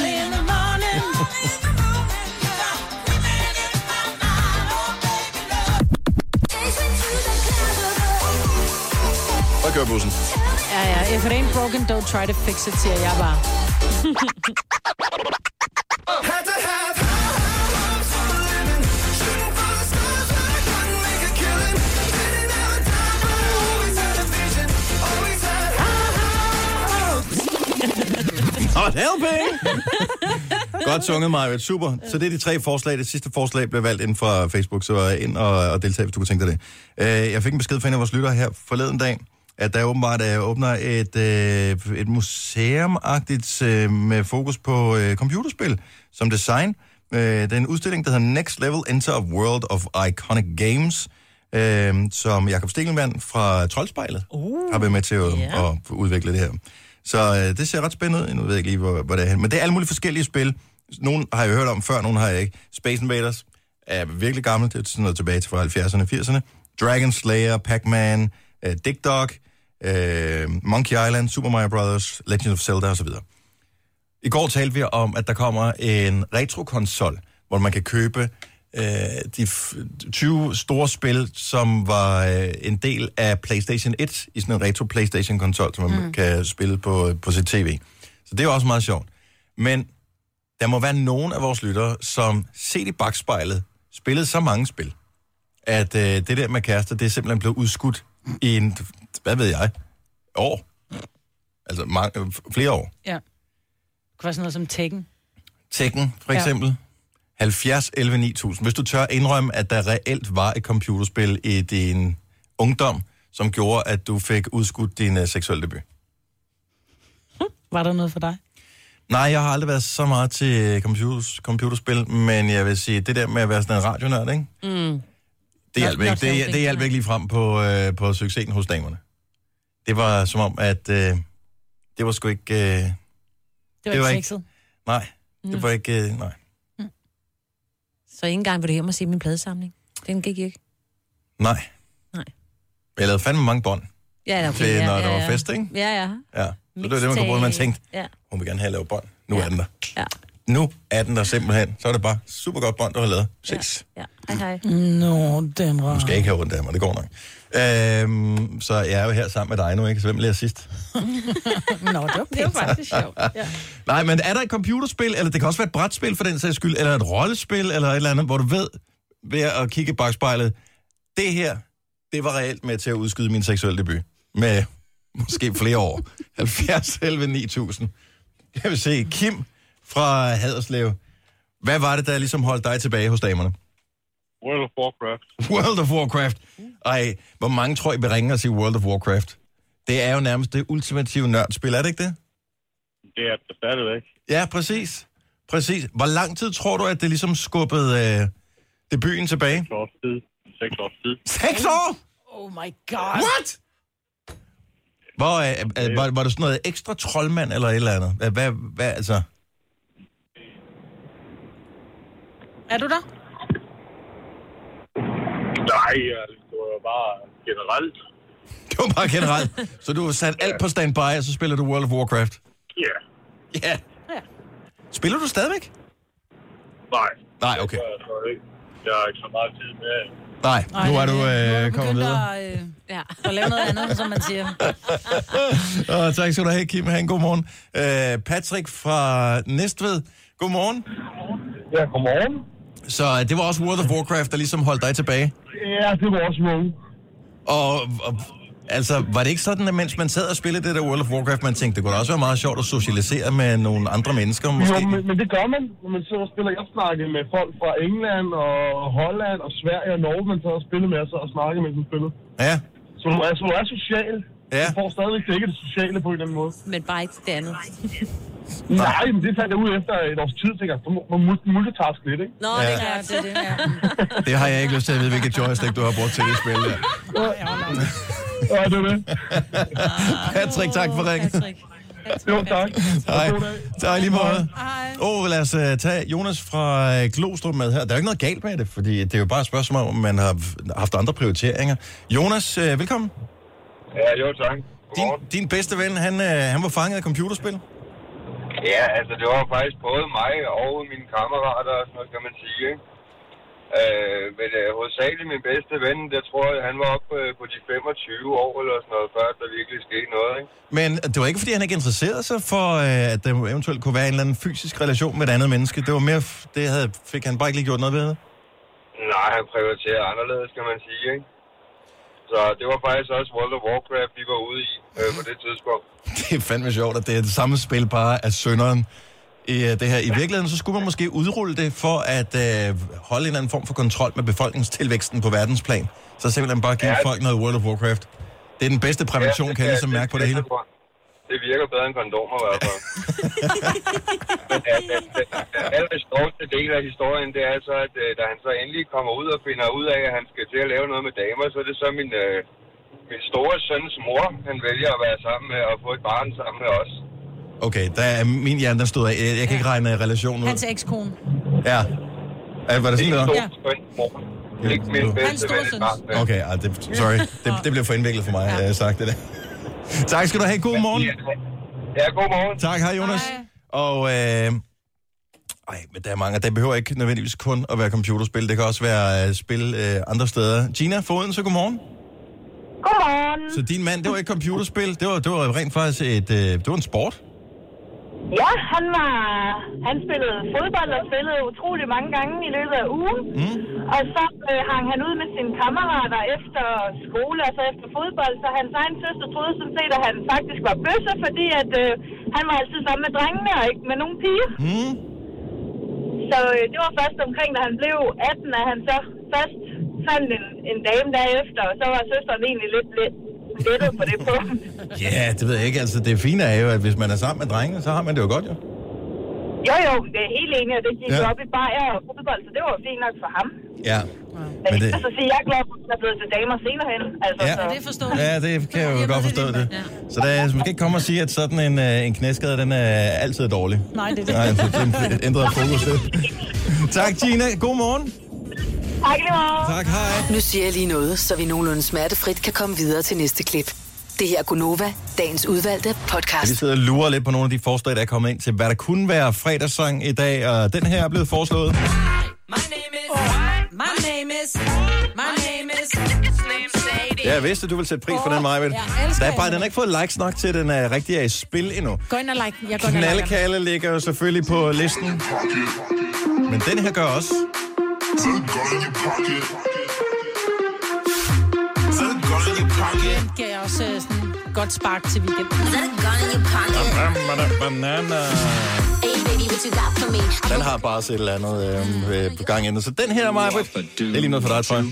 Hvad gør bussen? Ja, if it ain't broken, don't try to fix it, siger jeg bare. Not helping! Godt sunget, Maja. Super. Så det er de 3 forslag. Det sidste forslag blev valgt inden fra Facebook, så ind og deltage, hvis du kunne tænke dig det. Jeg fik en besked fra en af vores lyttere her forleden dag, at der åbenbart åbner et museumagtigt med fokus på computerspil som design. Det er en udstilling, der hedder Next Level Enter a World of Iconic Games, som Jakob Stikkelmann fra Troldspejlet har været med til at udvikle det her. Så det ser ret spændende ud. Nu ved jeg ikke lige, hvor det er hen. Men det er alle mulige forskellige spil. Nogle har jeg hørt om før, nogle har jeg ikke. Space Invaders er virkelig gammelt. Det er sådan noget tilbage til fra 70'erne og 80'erne. Dragon Slayer, Pac-Man, Dick Dog, Monkey Island, Super Mario Bros., Legend of Zelda osv. I går talte vi om, at der kommer en retro-konsol, hvor man kan købe de 20 store spil, som var en del af PlayStation 1 i sådan en retro PlayStation-konsol, som man kan spille på sit tv. Så det er jo også meget sjovt. Men der må være nogen af vores lyttere, som set i bagspejlet spillede så mange spil, at det der med kærester, det er simpelthen blevet udskudt i en, hvad ved jeg, år. Altså flere år. Ja. Det kunne være sådan noget som Tekken. Tekken, for eksempel. Ja. 70, 11, 9000. Hvis du tør indrømme, at der reelt var et computerspil i din ungdom, som gjorde, at du fik udskudt din seksuelle debut. Var der noget for dig? Nej, jeg har aldrig været så meget til computerspil, men jeg vil sige, det der med at være sådan en radionørd, ikke? Det hjalp ikke. Det hjalp ikke lige frem på succesen hos damerne. Det var som om, at det var sgu ikke... det var ikke sexet? Nej, det var ikke... nej. Så ikke engang vil du hjem og se min pladesamling? Den gik ikke? Nej. Jeg lavede fandme mange bånd. Ja, okay. Til, når der var fest, ikke? Ja. Ja. Så det var det, man kunne bruge, man tænkte, hun vil gerne have lavet bånd. Nu er den der. Ja. Nu er den der simpelthen. Så er det bare super godt bånd, du har lavet. Ses. Ja. Hej. Nå, den var... Du skal ikke have ondt af mig, det går nok. Så jeg er jo her sammen med dig nu, ikke? Så hvem bliver sidst? Nå, det var faktisk sjovt. Ja. Nej, men er der et computerspil, eller det kan også være et brætspil for den sags skyld, eller et rollespil, eller et eller andet, hvor du ved at kigge i bagspejlet, det her, det var reelt med til at udskyde min seksuelle debut. Med måske flere år. 70 11 9000. Jeg vil se, Kim fra Haderslev. Hvad var det, der ligesom holdt dig tilbage hos damerne? World of Warcraft. World of Warcraft. Ej, hvor mange tror I vil ringe og sige World of Warcraft? Det er jo nærmest det ultimative nørdspil, er det ikke det? Det er det stadigvæk. Ja, præcis. Præcis. Hvor lang tid tror du, at det ligesom skubbede debuten tilbage? 6 års tid. 6 års tid. 6 år? Oh my god. What? Var det sådan noget ekstra troldmand eller et eller andet? Hvad altså? Er du der? Nej, det var bare generelt. Det var bare generelt. Så du har sat alt på standby, og så spiller du World of Warcraft? Ja. Ja. Spiller du stadigvæk? Nej, okay. Jeg har ikke så meget tid med. Nej, nu er du kommet videre. At lave noget andet, som man siger. Tak skal du have, Kim. Ha' en god morgen. Patrick fra Næstved. Godmorgen. Ja, godmorgen. Så det var også World of Warcraft, der ligesom holdt dig tilbage? Ja, det var også nogen. Og altså, var det ikke sådan, at mens man sad og spillede det der World of Warcraft, man tænkte, det kunne også være meget sjovt at socialisere med nogle andre mennesker, måske? Jo, men det gør man, når man sidder og spiller. Jeg snakker med folk fra England og Holland og Sverige og Norge, man sidder og spiller med, og snakker med dem spillet. Ja. Så du er social. Ja. Du får stadigvæk det, ikke det sociale på en eller anden måde. Men bare ikke det andet. Nej, men det fandt jeg ud efter et års tid, tænker jeg. Du må multitaske lidt, ikke? Nå, Ja. det er klart, det er det. Ja. Det har jeg ikke lyst til at vide, hvilket joystick du har brugt til det spil der. Ja, det er det. Patrick, tak for ringen. Jo, tak. Hej. Tak lige måde. Hej. Lad os tage Jonas fra Glostrup med her. Der er jo ikke noget galt med det, fordi det er jo bare et spørgsmål om, man har haft andre prioriteringer. Jonas, velkommen. Ja, jo, tak. Din bedste ven, han var fanget af computerspil? Ja, altså det var faktisk både mig og mine kammerater og sådan noget, kan man sige, ikke? Men hovedsageligt min bedste ven, der tror jeg, han var oppe på de 25 år eller sådan noget, før der virkelig skete noget, ikke? Men det var ikke, fordi han ikke interesserede sig for, at der eventuelt kunne være en eller anden fysisk relation med et andet menneske. Det var mere, fik han bare ikke lige gjort noget ved det? Nej, han prioriterer anderledes, kan man sige, ikke? Så det var faktisk også World of Warcraft, vi var ude i på det tidspunkt. Det er fandme sjovt, at det er det samme spil, bare af synderen i det her. I virkeligheden, så skulle man måske udrulle det for at holde en eller anden form for kontrol med befolkningstilvæksten på verdensplan. Så simpelthen bare give folk noget World of Warcraft. Det er den bedste prævention, kan jeg ligesom mærke på det hele. Det virker bedre end kondomer i hvert fald. Men den allerstørste del af historien, det er så, at da han så endelig kommer ud og finder ud af, at han skal til at lave noget med damer, så er det så min store søns mor, han vælger at være sammen med og få et barn sammen med os. Okay, der er min hjerne, der stod af. Jeg kan ikke regne relationen ud. Hans ekskone. Ja. Var det sådan, det var? Ja. Ikke min bedste ven. Okay, sorry. Det blev for indviklet for mig, sagt det der. Tak skal du have. God morgen. Ja, god morgen. Tak, hej Jonas. Hej. Og men der er mange, der behøver ikke nødvendigvis kun at være computerspil. Det kan også være spil andre steder. Gina Foden, så godmorgen. Godmorgen. Så din mand, det var ikke computerspil. Det var rent faktisk det var en sport. Ja, han spillede fodbold og spillede utrolig mange gange i løbet af ugen. Og så hang han ud med sine kammerater efter skole, altså efter fodbold, så hans egen søster troede sådan set, at han faktisk var bøsse, fordi at han var altid sammen med drengene og ikke med nogen piger. Så det var først omkring, da han blev 18, at han så først fandt en dame derefter, og så var søsteren egentlig lidt lettet på det punkt. Ja, det ved jeg ikke. Altså, det fine er jo, at hvis man er sammen med drengene, så har man det jo godt, jo. Jo, det er helt enig, og det gik jo op i bajer og fodbold, så det var fint nok for ham. Ja. Men det... Altså, jeg er glad for, at der er blevet til damer senere hen. Altså, ja. Så... Det forstår Ja, det kan jeg jo godt forstå det. Ja. Så der er, man skal ikke komme og sige, at sådan en knæskade, den er altid dårlig. Nej, det er det. Nej, det ændrer fokus lidt. Tak, Gina. God morgen. Tak lige meget. Tak, hej. Nu siger jeg lige noget, så vi nogenlunde smertefrit kan komme videre til næste klip. Det her er Gunova, dagens udvalgte podcast. Vi sidder og lurer lidt på nogle af de forslag, der er kommet ind til, hvad der kunne være fredagssang i dag, og den her er blevet foreslået. Jeg vidste, du vil sætte pris på den, Majbet. Den har ikke fået likes nok til, at den er rigtig er i spil endnu. Gå ind og like den. Jeg går ind og Knaldekalle ligger jo selvfølgelig på listen. Men den her gør også. Den gav jeg også sådan godt spark til weekenden. Banana. Den har bare set et eller andet på gang endnu. Så den her, Majbet, det er lige noget for dig, tror jeg.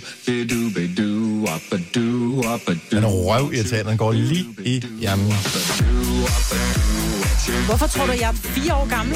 Den er røvirriterende. Den går lige i hjernen. Hvorfor tror du, jeg er 4 år gammel?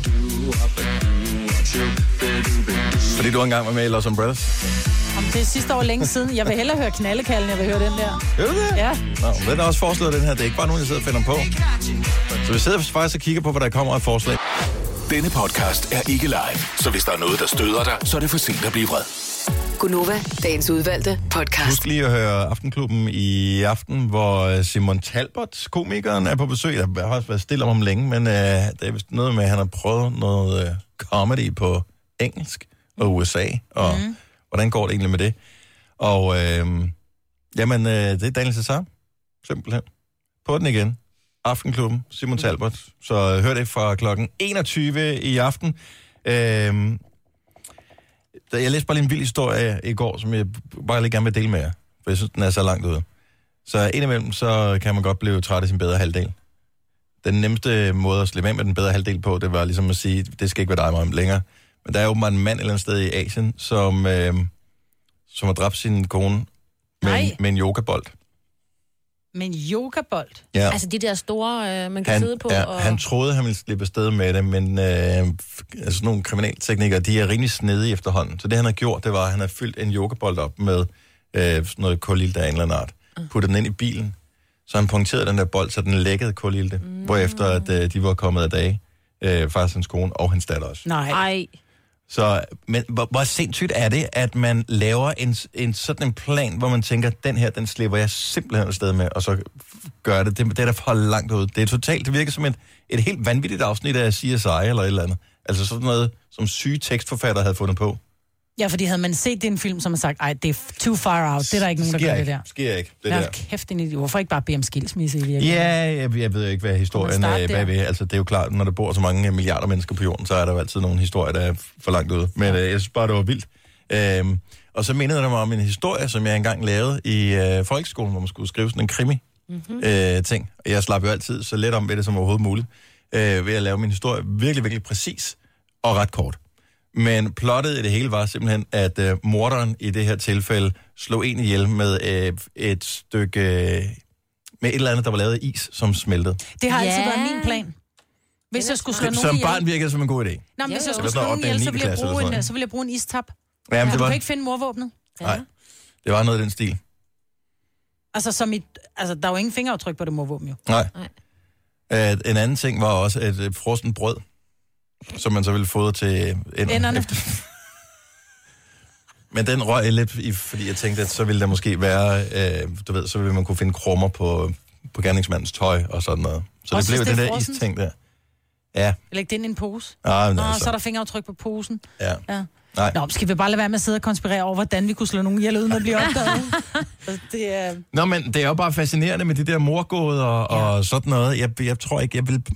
Fordi du engang var med i Los Umbrellas. Om det er sidste år længe siden. Jeg vil hellere høre Knallekallen, jeg vil høre den der. Gør du det? Ja. Nå, den er også foreslået, den her. Det er ikke bare nogen, jeg sidder og finder på. Så vi sidder faktisk og kigger på, hvad der kommer af forslag. Denne podcast er ikke live, så hvis der er noget, der støder dig, så er det for sent at blive vred. Gunova, dagens udvalgte podcast. Husk lige at høre Aftenklubben i aften, hvor Simon Talbot, komikeren, er på besøg. Jeg har også været stille om ham længe, men det er vist noget med, at han har prøvet noget comedy på engelsk og USA, og hvordan går det egentlig med det? Og jamen, det er Daniel Cesar, simpelthen. På den igen. Aftenklubben, Simon Talbot. Så hør det fra klokken 21 i aften. Jeg læste bare lige en vild historie i går, som jeg bare lige gerne vil dele med jer. For jeg synes, den er så langt ude. Så indimellem, så kan man godt blive træt af sin bedre halvdel. Den nemmeste måde at slippe af med den bedre halvdel på, det var ligesom at sige, det skal ikke være dig meget længere. Men der er jo en mand et eller andet sted i Asien, som har dræbt sin kone med en yogabold. Med en yogabold? Ja. Altså de der store, man kan sidde på. Ja, og... han troede, han ville slippe afsted med det, men altså nogle kriminalteknikere, de er rimelig snedige efterhånden. Så det, han har gjort, det var, at han har fyldt en yogabold op med noget kulilte af en eller anden art. Puttet den ind i bilen. Så han punkterede den der bold, så den lækkede kulilte. Hvorefter at, de var kommet af dage. Faktisk hans kone og hans datter også. Nej. Så, men hvor sindssygt er det, at man laver en sådan en plan, hvor man tænker, den her, den slipper jeg simpelthen afsted med, og så gør det. Det er der for langt ud. Det er totalt, det virker som et helt vanvittigt afsnit af CSI eller et eller andet. Altså sådan noget, som syge tekstforfatter havde fundet på. Ja, fordi havde man set den film, som har sagt, ej, det er too far out, det er der ikke nogen, der gør det der. Sker ikke, det der. Kæft, hvorfor ikke bare bede om skilsmisse i virkeligheden? Ja, jeg ved ikke, hvad historien er bagved. Altså, det er jo klart, når der bor så mange milliarder mennesker på jorden, så er der jo altid nogle historier, der er for langt ude. Men jeg synes bare, det var vildt. Og så mindede jeg mig om en historie, som jeg engang lavede i folkeskolen, hvor man skulle skrive sådan en krimi-ting. Jeg slap jo altid så let om ved det som overhovedet muligt, ved at lave min historie virkelig, virkelig præcis og ret kort. Men plottet i det hele var simpelthen, at morderen i det her tilfælde slog en ihjel med et stykke... med et eller andet, der var lavet af is, som smeltede. Det har altid været min plan. Hvis jeg skulle slå nogen som ihjel... barn virkede det som en god idé. Nå, men hvis jeg skulle slå nogen ihjel, så ville jeg bruge en istap. Ja, men du kan ikke finde morvåbnet. Nej, det var noget af den stil. Altså, der er jo ingen fingeraftryk på det morvåben, jo. Nej. En anden ting var også et frostent brød, som man så ville fodre til enderne. Efter. Men den røg lidt, fordi jeg tænkte, at så ville der måske være, så ville man kunne finde krummer på gerningsmandens tøj og sådan noget. Så også det blev det der isting der. Ja. Læg det ind i en pose. Altså. Så er der fingeraftryk på posen. Ja. Nej. Nå, skal vi bare lade være med at sidde og konspirere over, hvordan vi kunne slå nogen ihjel uden at blive opdaget? Nå, men det er jo bare fascinerende med de der morgåder og sådan noget. Jeg tror ikke, jeg vil...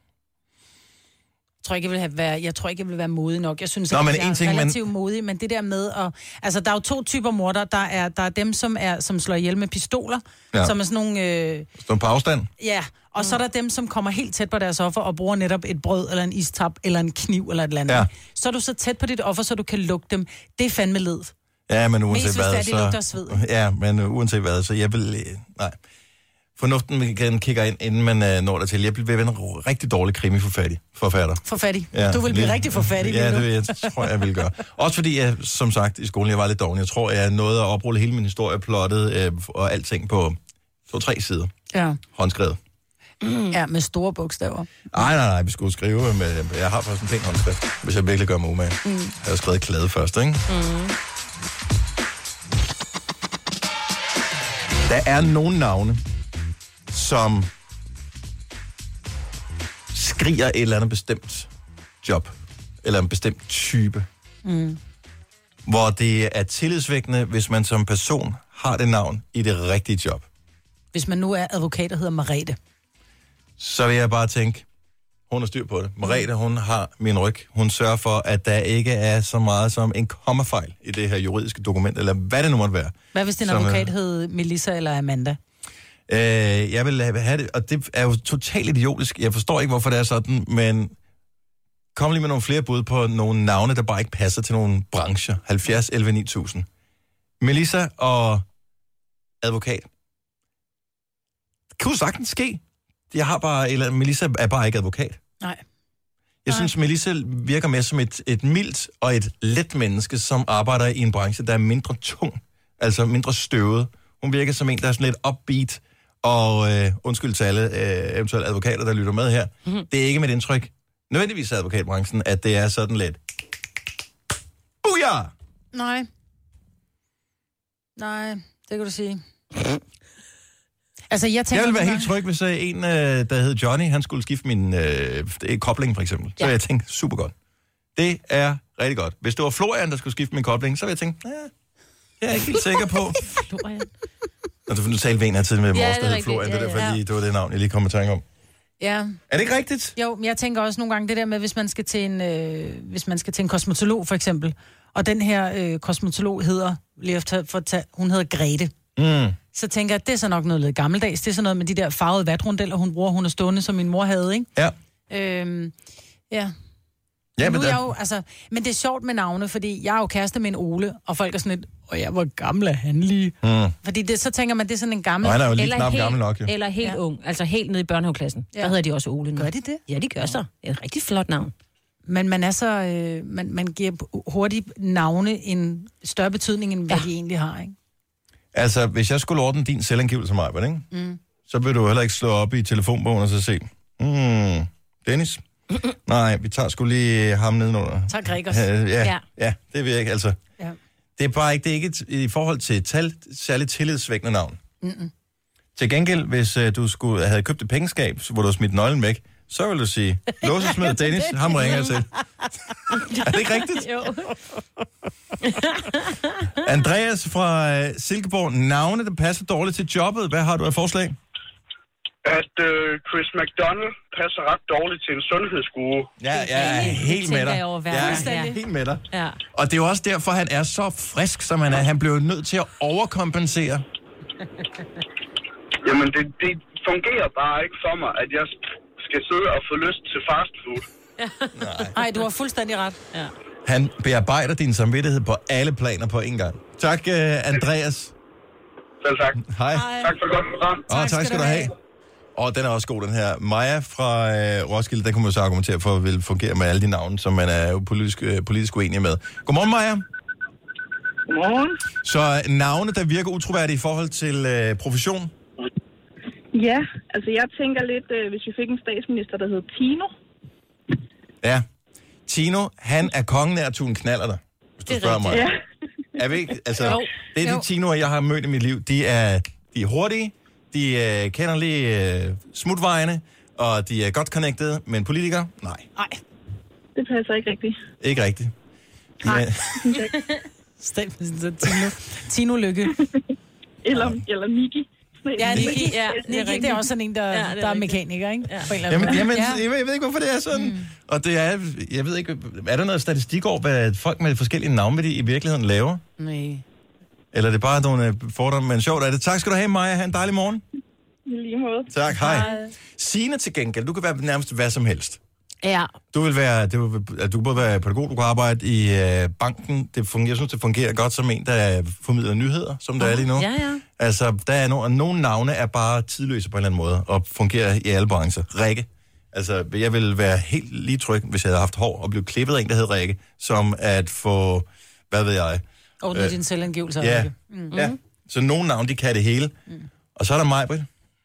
Jeg tror ikke, jeg vil være modig nok. Jeg synes, at jeg er relativt modig, men det der med at... Altså, der er jo 2 typer morder. Der er dem, som slår ihjel med pistoler, som er sådan nogle... Står på afstand? Ja, og så er der dem, som kommer helt tæt på deres offer og bruger netop et brød, eller en istap, eller en kniv, eller et eller andet. Ja. Så er du så tæt på dit offer, så du kan lugte dem. Det er fandme led. Ja, men uanset hvad, hvis det lugter sved. Ja, men uanset hvad, så jeg vil... Nej. Fornuften kigger ind, inden man når der til. Jeg vil være en rigtig dårlig krimiforfatter. Forfattig? Ja, du vil blive rigtig forfattig. Ja, det tror jeg vil gøre. Også fordi jeg, som sagt, i skolen, jeg var lidt doven. Jeg tror, jeg nåede at oprulle hele min historie, plottet og alting på 2-3 sider. Ja. Håndskrevet. Ja, med store bogstaver. Nej, vi skulle skrive med... Jeg har faktisk en pæn håndskrift, hvis jeg virkelig gør mig umage. Jeg har skrevet klæde først, ikke? Der er nogle navne, som skriger et eller andet bestemt job, eller en bestemt type. Hvor det er tillidsvækkende, hvis man som person har det navn i det rigtige job. Hvis man nu er advokat og hedder Merete. Så vil jeg bare tænke, hun har styr på det. Merete, hun har min ryg. Hun sørger for, at der ikke er så meget som en kommafejl i det her juridiske dokument, eller hvad det nu måtte være. Hvad hvis din advokat hed Melissa eller Amanda? Jeg vil have det, og det er jo totalt idiotisk. Jeg forstår ikke, hvorfor det er sådan, men kom lige med nogle flere bud på nogle navne, der bare ikke passer til nogle brancher. 70, 11, 9000. Melissa og advokat. Det kunne sagtens ske. Melissa er bare ikke advokat. Nej. Jeg synes, Melissa virker mere som et mildt og et let menneske, som arbejder i en branche, der er mindre tung, altså mindre støvet. Hun virker som en, der er sådan lidt upbeat, og undskyld til alle eventuelle advokater, der lytter med her. Det er ikke mit indtryk, nødvendigvis af advokatbranchen, at det er sådan lidt... Booyah! Nej, det kan du sige. Altså, jeg ville være helt tryg, hvis en, der hed Johnny, han skulle skifte min kobling, for eksempel. Så jeg tænkte, super godt. Det er rigtig godt. Hvis det var Florian, der skulle skifte min kobling, så ville jeg tænke, jeg er ikke helt sikker på. Florian. Og du talte ved en af tiden med Mors, der hed Florian. Det er derfor lige, det var det navn, jeg lige kom i tanke om. Ja. Er det ikke rigtigt? Jo, men jeg tænker også nogle gange det der med, hvis man skal til en kosmetolog, for eksempel, og den her kosmetolog hedder, hun hedder Grete. Så tænker jeg, at det er så nok noget lidt gammeldags. Det er sådan noget med de der farvede vatrundeller, hun er stående, som min mor havde, ikke? Ja. Ja. Ja, men, men det er sjovt med navne, fordi jeg er jo kæreste med en Ole, og folk er sådan lidt, hvor gammel er han lige? Fordi så tænker man, det er sådan en gammel... Han er jo lige knap gammel nok, jo. Eller helt ung, altså helt nede i børnehaveklassen. Der hedder de også Ole nu. Gør de det? Ja, de gør så. Det er et rigtig flot navn. Men man er så... man giver hurtigt navne en større betydning, end hvad de egentlig har, ikke? Altså, hvis jeg skulle ordne din selvangivelse mig, ikke? Så vil du heller ikke slå op i telefonbogen og så se, Dennis? Nej, vi tager sgu lige ham nedenunder. Tag Gregers. Ja, det vil jeg ikke, altså. Ja. Det er bare ikke, det er ikke i forhold til et særligt tillidsvækkende navn. Til gengæld, hvis du havde købt et pengeskab, hvor du har smidt nøglen væk, så vil du sige, låsesmed Dennis, ham ringer jeg til. Er det ikke rigtigt? Jo. Andreas fra Silkeborg, navne, der passer dårligt til jobbet. Hvad har du af forslag? At Chris McDonald passer ret dårligt til en sundhedsguru. Ja, jeg er helt med dig. Jeg er helt med dig. Ja. Og det er jo også derfor, han er så frisk, som han er. Han blev nødt til at overkompensere. Jamen, det fungerer bare ikke for mig, at jeg skal sidde og få lyst til fast food. Nej, du har fuldstændig ret. Ja. Han bearbejder din samvittighed på alle planer på en gang. Tak, Andreas. Selv tak. Hej. Tak for godt program. Tak skal du have. Og den er også god, den her. Maja fra Roskilde, der kunne man så argumentere for, at vil fungere med alle de navne, som man er politisk uenig med. Godmorgen, Maja. Godmorgen. Så navne, der virker utroværdige i forhold til profession? Ja, altså jeg tænker lidt, hvis vi fik en statsminister, der hed Tino. Ja. Tino, han er kongen af at tune knaller dig, hvis du spørger mig. Ja. Er vi ikke? Altså, det er de Tino'er, jeg har mødt i mit liv. De er hurtige, de kender lige smutvejene, og de er godt connected, men politikere? Nej. Det passer ikke rigtigt. Ikke rigtigt. Nej, Statsminister Tino Lykke. eller Niki. Ja, Niki, det er også sådan en, der er mekaniker, ikke? Ja. Jeg ved ikke, hvorfor det er sådan. Og det er, jeg ved ikke, er der noget statistik over, hvad folk med forskellige navne i virkeligheden laver? Nej. Eller er det bare nogle fordomme, men sjovt er det. Tak skal du have, Maja. Ha' en dejlig morgen. I lige måde. Tak, hej. Signe til gengæld, du kan være nærmest hvad som helst. Ja. Du kan både være pædagog, du kan arbejde i banken. Jeg synes, det fungerer godt som en, der formidler nyheder, som der er lige nu. Ja. Altså, der er nogle navne er bare tidløse på en eller anden måde, og fungerer i alle brancher. Rikke. Altså, jeg ville være helt lige tryg, hvis jeg havde haft hår og blev klippet af en, der hed Rikke, som at få, hvad ved jeg... Ordnet din selvangivelse. Ja. Ja. Så nogle navne, de kan det hele. Og så er der Maj-Brit.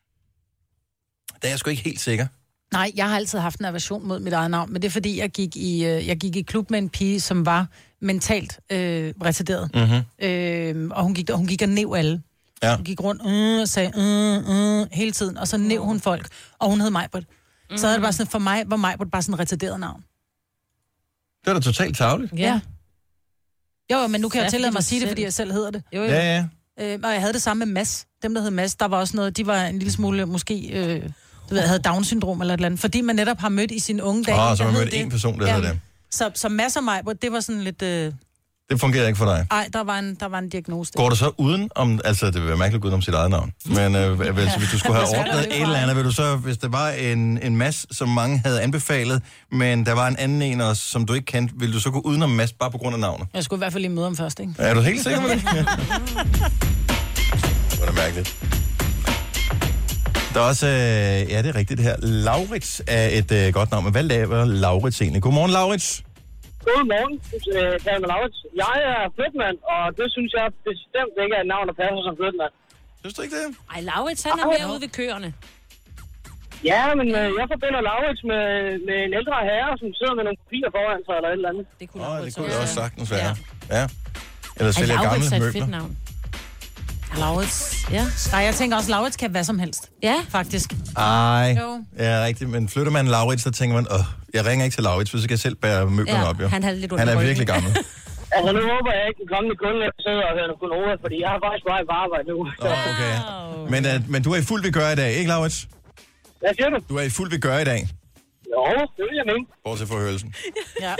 Der er jeg sgu ikke helt sikker. Nej, jeg har altid haft en aversion mod mit eget navn, men det er fordi, jeg gik i klub med en pige, som var mentalt retarderet. Og hun gik og nev alle. Ja. Hun gik rundt og sagde hele tiden, og så næv hun folk, og hun hed Majbrit. Så er det bare sådan, for mig var Majbrit bare sådan en retarderet navn. Det er da totalt tarveligt. Ja. Jo, men nu kan jeg tillade mig at sige det, fordi jeg selv hedder det. Jo. Ja. Og jeg havde det samme med Mads. Dem, der hed Mads, der var også noget, de var en lille smule, måske, havde Down-syndrom eller et eller andet, fordi man netop har mødt i sine unge dage. Så man mødte en person, der hedder det. Så Mads og mig, det var sådan lidt... Det fungerer ikke for dig? Nej, der var en diagnose. Går du så uden om... Altså, det vil være mærkeligt uden om sit eget navn. Men hvis du skulle have ordnet et eller andet, vil du så... Hvis der var en Mads, som mange havde anbefalet, men der var en anden en også, som du ikke kendte, ville du så gå uden om Mads bare på grund af navnet? Jeg skulle i hvert fald lige møde ham først, ikke? Er du helt sikker på det? Ja. Det var da mærkeligt. Der er også... ja, det er rigtigt det her. Laurits er et godt navn. Men hvad laver Laurits egentlig? Godmorgen, Laurits. Godmorgen, Kalman Laurits. Jeg er flytmand, og det synes jeg bestemt ikke er et navn, der passer som flytmand. Synes du ikke det? Ej, Laurits, han er mere ude ved køerne. Ja, men jeg forbinder Laurits med en ældre herre, som sidder med nogle papirer foran sig eller et eller andet. Det kunne, det kunne jeg også sagtens være. Ja. Eller sælger gamle Laurits er et møbler. fedt navn. Laurits, ja. Nej, jeg tænker også, Laurits kan hvad som helst. Ja. Faktisk. Ej, Jo. ja, rigtigt. Men flytter man Laurits, så tænker man, jeg ringer ikke til Laurits, så kan jeg selv bære møblerne op, jo. Han er virkelig gammel. Altså, nu håber jeg ikke, den kommende kunde sidder og hører kun over, fordi jeg har faktisk bare på arbejde nu. Okay. Men du er i fuld ved gøre i dag, ikke, Laurits? Hvad siger du? Du er i fuld ved gøre i dag. Jo, det vil jeg mene. Bortset fra hørelsen. Ja.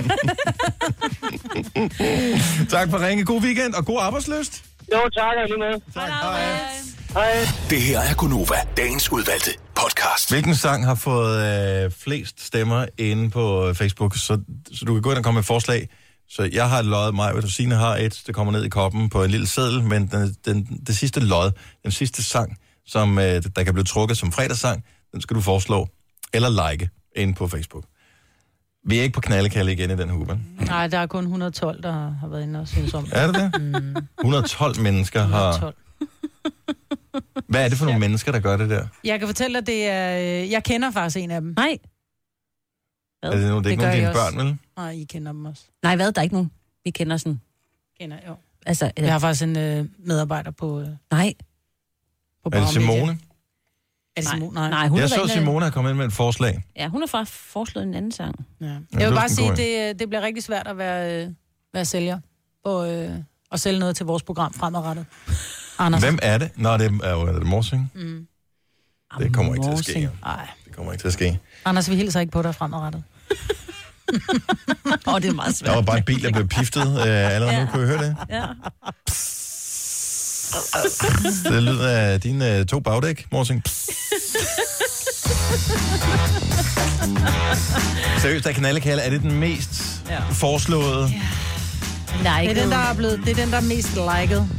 Tak for ringe. God weekend og god arbejdsløst. Jo, tak og lige med. Tak. Hej. Det her er Gunova, dagens udvalgte podcast. Hvilken sang har fået flest stemmer inde på Facebook, så du kan gå ind og komme med forslag. Så jeg har et lod, mig og Signe har et, det kommer ned i koppen på en lille seddel, men det sidste lod, den sidste sang, som der kan blive trukket som fredagssang, den skal du foreslå eller like inde på Facebook. Vi er ikke på knaldekalde igen i den her uge. Nej, der er kun 112, der har været inde og synes om det. Er det det? 112 mennesker 112. har... Hvad er det for nogle mennesker, der gør det der? Jeg kan fortælle dig, det er... Jeg kender faktisk en af dem. Nej. Er det ikke nogen af dine børn, vel? Nej, I kender dem også. Nej, hvad? Der er ikke nogen. Vi kender sådan. Kender, jo. Altså, jeg har faktisk en medarbejder på... Nej. På er det Simone? Er det Simone? Nej, hun jeg så Simone har kommet ind med et forslag. Ja, hun har faktisk foreslået en anden sang. Ja. Jeg vil bare sige, det bliver rigtig svært at være sælger og sælge noget til vores program fremadrettet. Anders. Hvem er det? Nå, det er jo Morsing. Det kommer ikke til at ske. Nej. Det kommer ikke til at ske. Anders, vi hilser ikke på dig fremadrettet. Det er meget svært. Der var bare en bil, der blev piftet. Allerede nu kunne jeg høre det. Ja. Det lyder af dine 2 bagdæk, Morsing. Seriøst, der knaldekalde, er det den mest foreslåede? Ja. Nej, det er den, der er mest liket.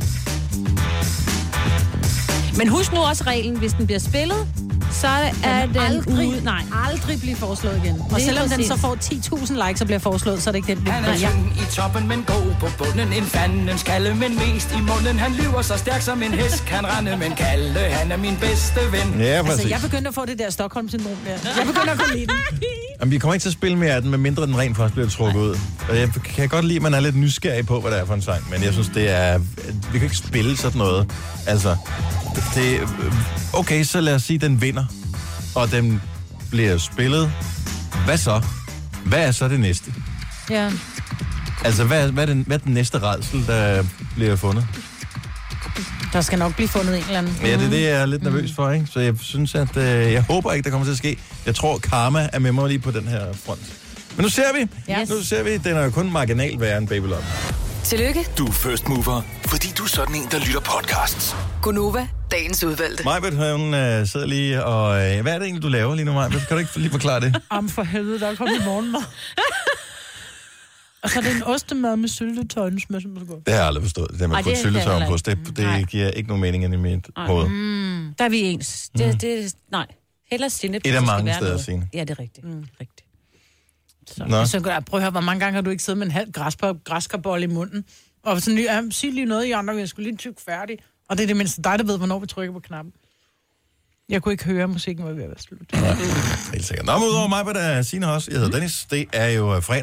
Men husk nu også reglen, hvis den bliver spillet, så er den aldrig blive foreslået igen. Og selvom den så får 10.000 likes og bliver foreslået, så er det ikke den. Han er i toppen, men god på bunden. En fandens kalde, men mest i munden. Han lyver så stærk som en hest, kan rende, men Kalle, han er min bedste ven. Ja, altså, jeg begyndte at få det der Stockholm-syndrom der. Jeg begynder at kunne lide den. Jamen, vi kommer ikke til at spille mere af den, medmindre den rent faktisk bliver trukket ud. Og jeg kan godt lide, at man er lidt nysgerrig på, hvad det er for en sang. Men jeg synes, det er... Vi kan ikke spille sådan noget. Altså... Okay, så lad os sige, at den vinder, og den bliver spillet. Hvad så? Hvad er så det næste? Ja. Altså, hvad er den næste rædsel, der bliver fundet? Der skal nok blive fundet en eller anden. Ja, det er det, jeg er lidt nervøs for, ikke? Så jeg synes, at jeg håber ikke, der kommer til at ske. Jeg tror, karma er med mig lige på den her front. Men nu ser vi. Yes. Nu ser vi, den er jo kun marginalt værre end Babylon. Tillykke. Du er first mover, fordi du er sådan en, der lytter podcasts. Gunova, dagens udvalgte. Majbert, hun sidder lige og... hvad er det egentlig, du laver lige nu, Majbert? Kan du ikke lige forklare det? For helvede, der er kommet i morgenmad. Og så er det en ostemad med syltetøj. Det har jeg aldrig forstået. Det der med at putte syltetøj på, det giver ikke nogen mening i mit hoved. Der er vi ens. Nej. Hellere sinde. Et af mange steder, Signe. Ja, det er rigtigt. Rigtigt. Så prøv at høre, hvor mange gange har du ikke siddet med en halv græskarbolle i munden? Og sådan, sig lige noget, Jan, jeg skulle lige tykke færdig. Og det er det mindste dig, der ved, hvornår vi trykker på knappen. Jeg kunne ikke høre, musikken var ved at være slut. Ja, helt sikkert. Nå, men udover mig, hvad der er Signe også. Jeg hedder Dennis. Det er jo fredag.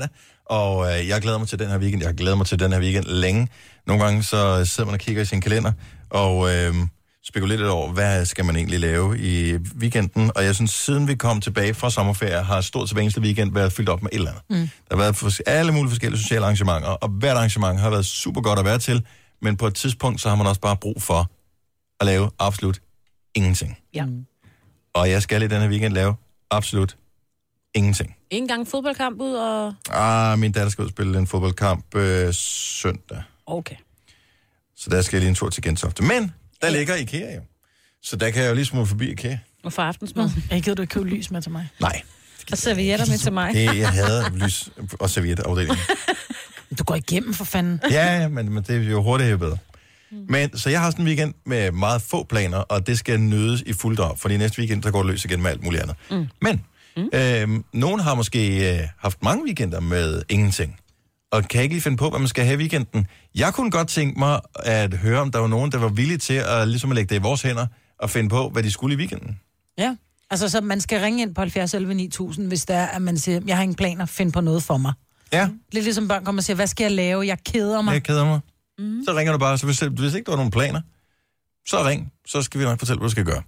Og jeg glæder mig til den her weekend. Jeg har glædet mig til den her weekend længe. Nogle gange så sidder man og kigger i sin kalender, og spekulerer lidt over, hvad skal man egentlig lave i weekenden. Og jeg synes, siden vi kom tilbage fra sommerferie, har stort til hver eneste weekend været fyldt op med et eller andet. Der har været alle mulige forskellige sociale arrangementer, og hvert arrangement har været super godt at være til, men på et tidspunkt, så har man også bare brug for at lave absolut ingenting. Ja. Og jeg skal i den her weekend lave absolut ingenting. En gang fodboldkamp ud og... Min datter skal ud og spille en fodboldkamp søndag. Okay. Så der skal jeg lige en tur til Gentofte. Men der ligger IKEA jo. Så der kan jeg jo lige smutte forbi IKEA. Og for aftensmad. Jeg gider du ikke købe lys med til mig? Nej. Og servietter med til mig. Jeg hader lys og servietafdelingen. Du går igennem for fanden. Ja, men det er jo hurtigt jo bedre. Men så jeg har sådan en weekend med meget få planer, og det skal nydes i fuldt op, fordi næste weekend, der går det løs igen med alt muligt andet. Men nogen har måske haft mange weekender med ingenting, og kan ikke lige finde på, hvad man skal have i weekenden. Jeg kunne godt tænke mig at høre, om der var nogen, der var villige til at, ligesom at lægge det i vores hænder, og finde på, hvad de skulle i weekenden. Ja, altså så man skal ringe ind på 70 11 9000, hvis der er, at man siger, jeg har ingen planer, find på noget for mig. Ja. Lidt ligesom børn kommer og siger, hvad skal jeg lave? Jeg keder mig. Jeg keder mig. Så ringer du bare, så hvis ikke du har nogen planer, så ring, så skal vi nok fortælle, hvad du skal gøre.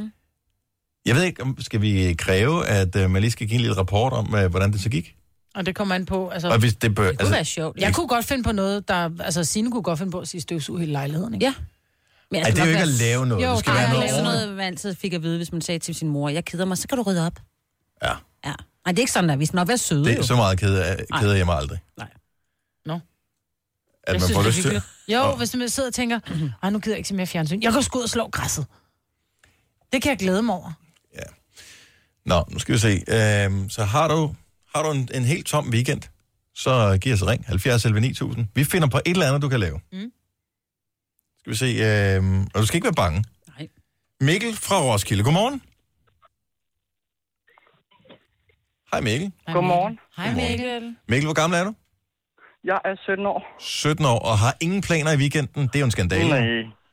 Jeg ved ikke, skal vi kræve, at man lige skal give en lille rapport om, hvordan det så gik? Og det kommer an på, altså... Og hvis det kunne være sjovt. Jeg kunne godt finde på noget, der... Altså, Signe kunne godt finde på at sige støvsuge hele lejligheden, ikke? Ja. Men det er jo ikke at lave noget. Jo, det skal være noget sådan noget, man altid fik at vide, hvis man sagde til sin mor, jeg keder mig, så kan du rydde op. Ja. Nej, det er ikke sådan, der. Vi skal nok være søde, det er så meget keder jeg mig aldrig. Nej. Nå. At man får lyst til... Jo, hvis man sidder og tænker, nu gider jeg ikke se mere fjernsyn. Jeg går sgu ud og slå græsset. Det kan jeg glæde mig over. Ja. Nå, nu skal vi se. Så har du en helt tom weekend, så giv os ring. 70 11 9000. Vi finder på et eller andet, du kan lave. Skal vi se. Og du skal ikke være bange. Nej. Mikkel fra Roskilde. Godmorgen. Hej Mikkel. Godmorgen. Hej Mikkel. Mikkel, hvor gammel er du? Jeg er 17 år. 17 år, og har ingen planer i weekenden. Det er jo en skandale. Nej.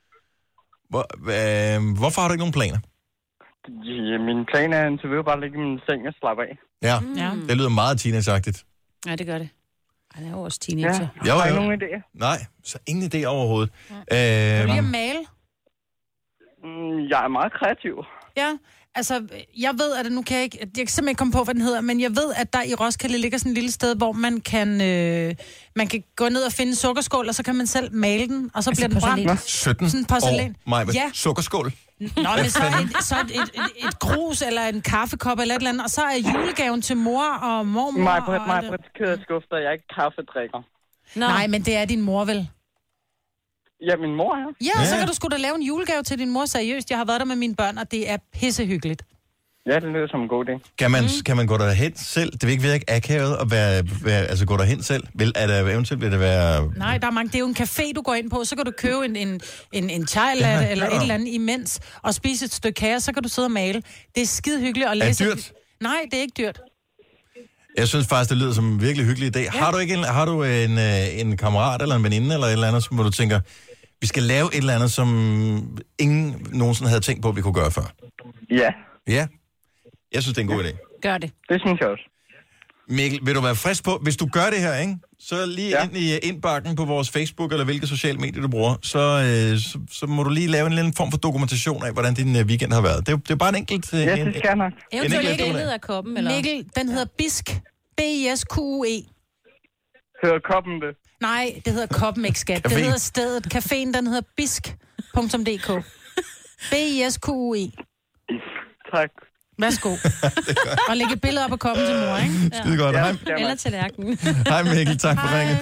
Hvorfor har du ikke nogen planer? Ja, min plan er indtil videre bare at ligge i min seng og slappe af. Ja, det lyder meget teenageagtigt. Ja, det gør det. Ej, det er jo også teenager. Ja, har I nogen idéer? Nej, så ingen idé overhovedet. Kan du lige at male? Jeg er meget kreativ. Ja, altså, jeg ved, at nu kan jeg simpelthen ikke komme på, hvad den hedder, men jeg ved, at der i Roskilde ligger sådan et lille sted, hvor man kan gå ned og finde en sukkerskål, og så kan man selv male den, og så bliver den brændt. 17 sådan porcelæn. år, ja. Sukkerskål. Nå, men så et grus eller en kaffekop eller et eller andet, og så er julegaven til mor og mormor. Mig kører skufter, jeg er ikke kaffedrikker. Nej, men det er din mor vel? Ja, min mor er. Ja, så kan du sgu da lave en julegave til din mor, seriøst. Jeg har været der med mine børn, og det er pissehyggeligt. Ja, det lyder som en god idé. Kan man gå derhen selv? Det vil ikke virke akavet at altså gå derhen selv. Vil det være... Nej, der er mange. Det er jo en café, du går ind på. Så kan du købe en chai eller et eller andet imens, og spise et stykke kage, så kan du sidde og male. Det er skide hyggeligt at læse. Er det dyrt? Nej, det er ikke dyrt. Jeg synes faktisk, det lyder som en virkelig hyggelig idé. Ja. Har du en kammerat eller en veninde eller et eller andet, hvor du tænker, vi skal lave et eller andet, som ingen nogensinde havde tænkt på, at vi kunne gøre før? Ja. Ja? Jeg synes, det er en god idé. Gør det. Det synes jeg også. Mikkel, vil du være frisk på, hvis du gør det her, ikke? Så lige ind i indbakken på vores Facebook, eller hvilke sociale medier du bruger, så må du lige lave en eller anden form for dokumentation af, hvordan din weekend har været. Det er bare en enkelt... Ja, det skal jeg nok. Eventuelt et billede af koppen, eller? Mikkel, den hedder BISK. B-I-S-Q-U-E. Hører koppen det? Nej, det hedder koppen, ikke skat. Det hedder stedet. Caféen, den hedder bisk.dk. B-I-S-Q-U-E. Tak. Værsgo. Og lægge et billede op af koppen til mor, ikke? Ja. Skide godt. Ja, eller tallerkenen. Hej Mikkel, tak for ringet.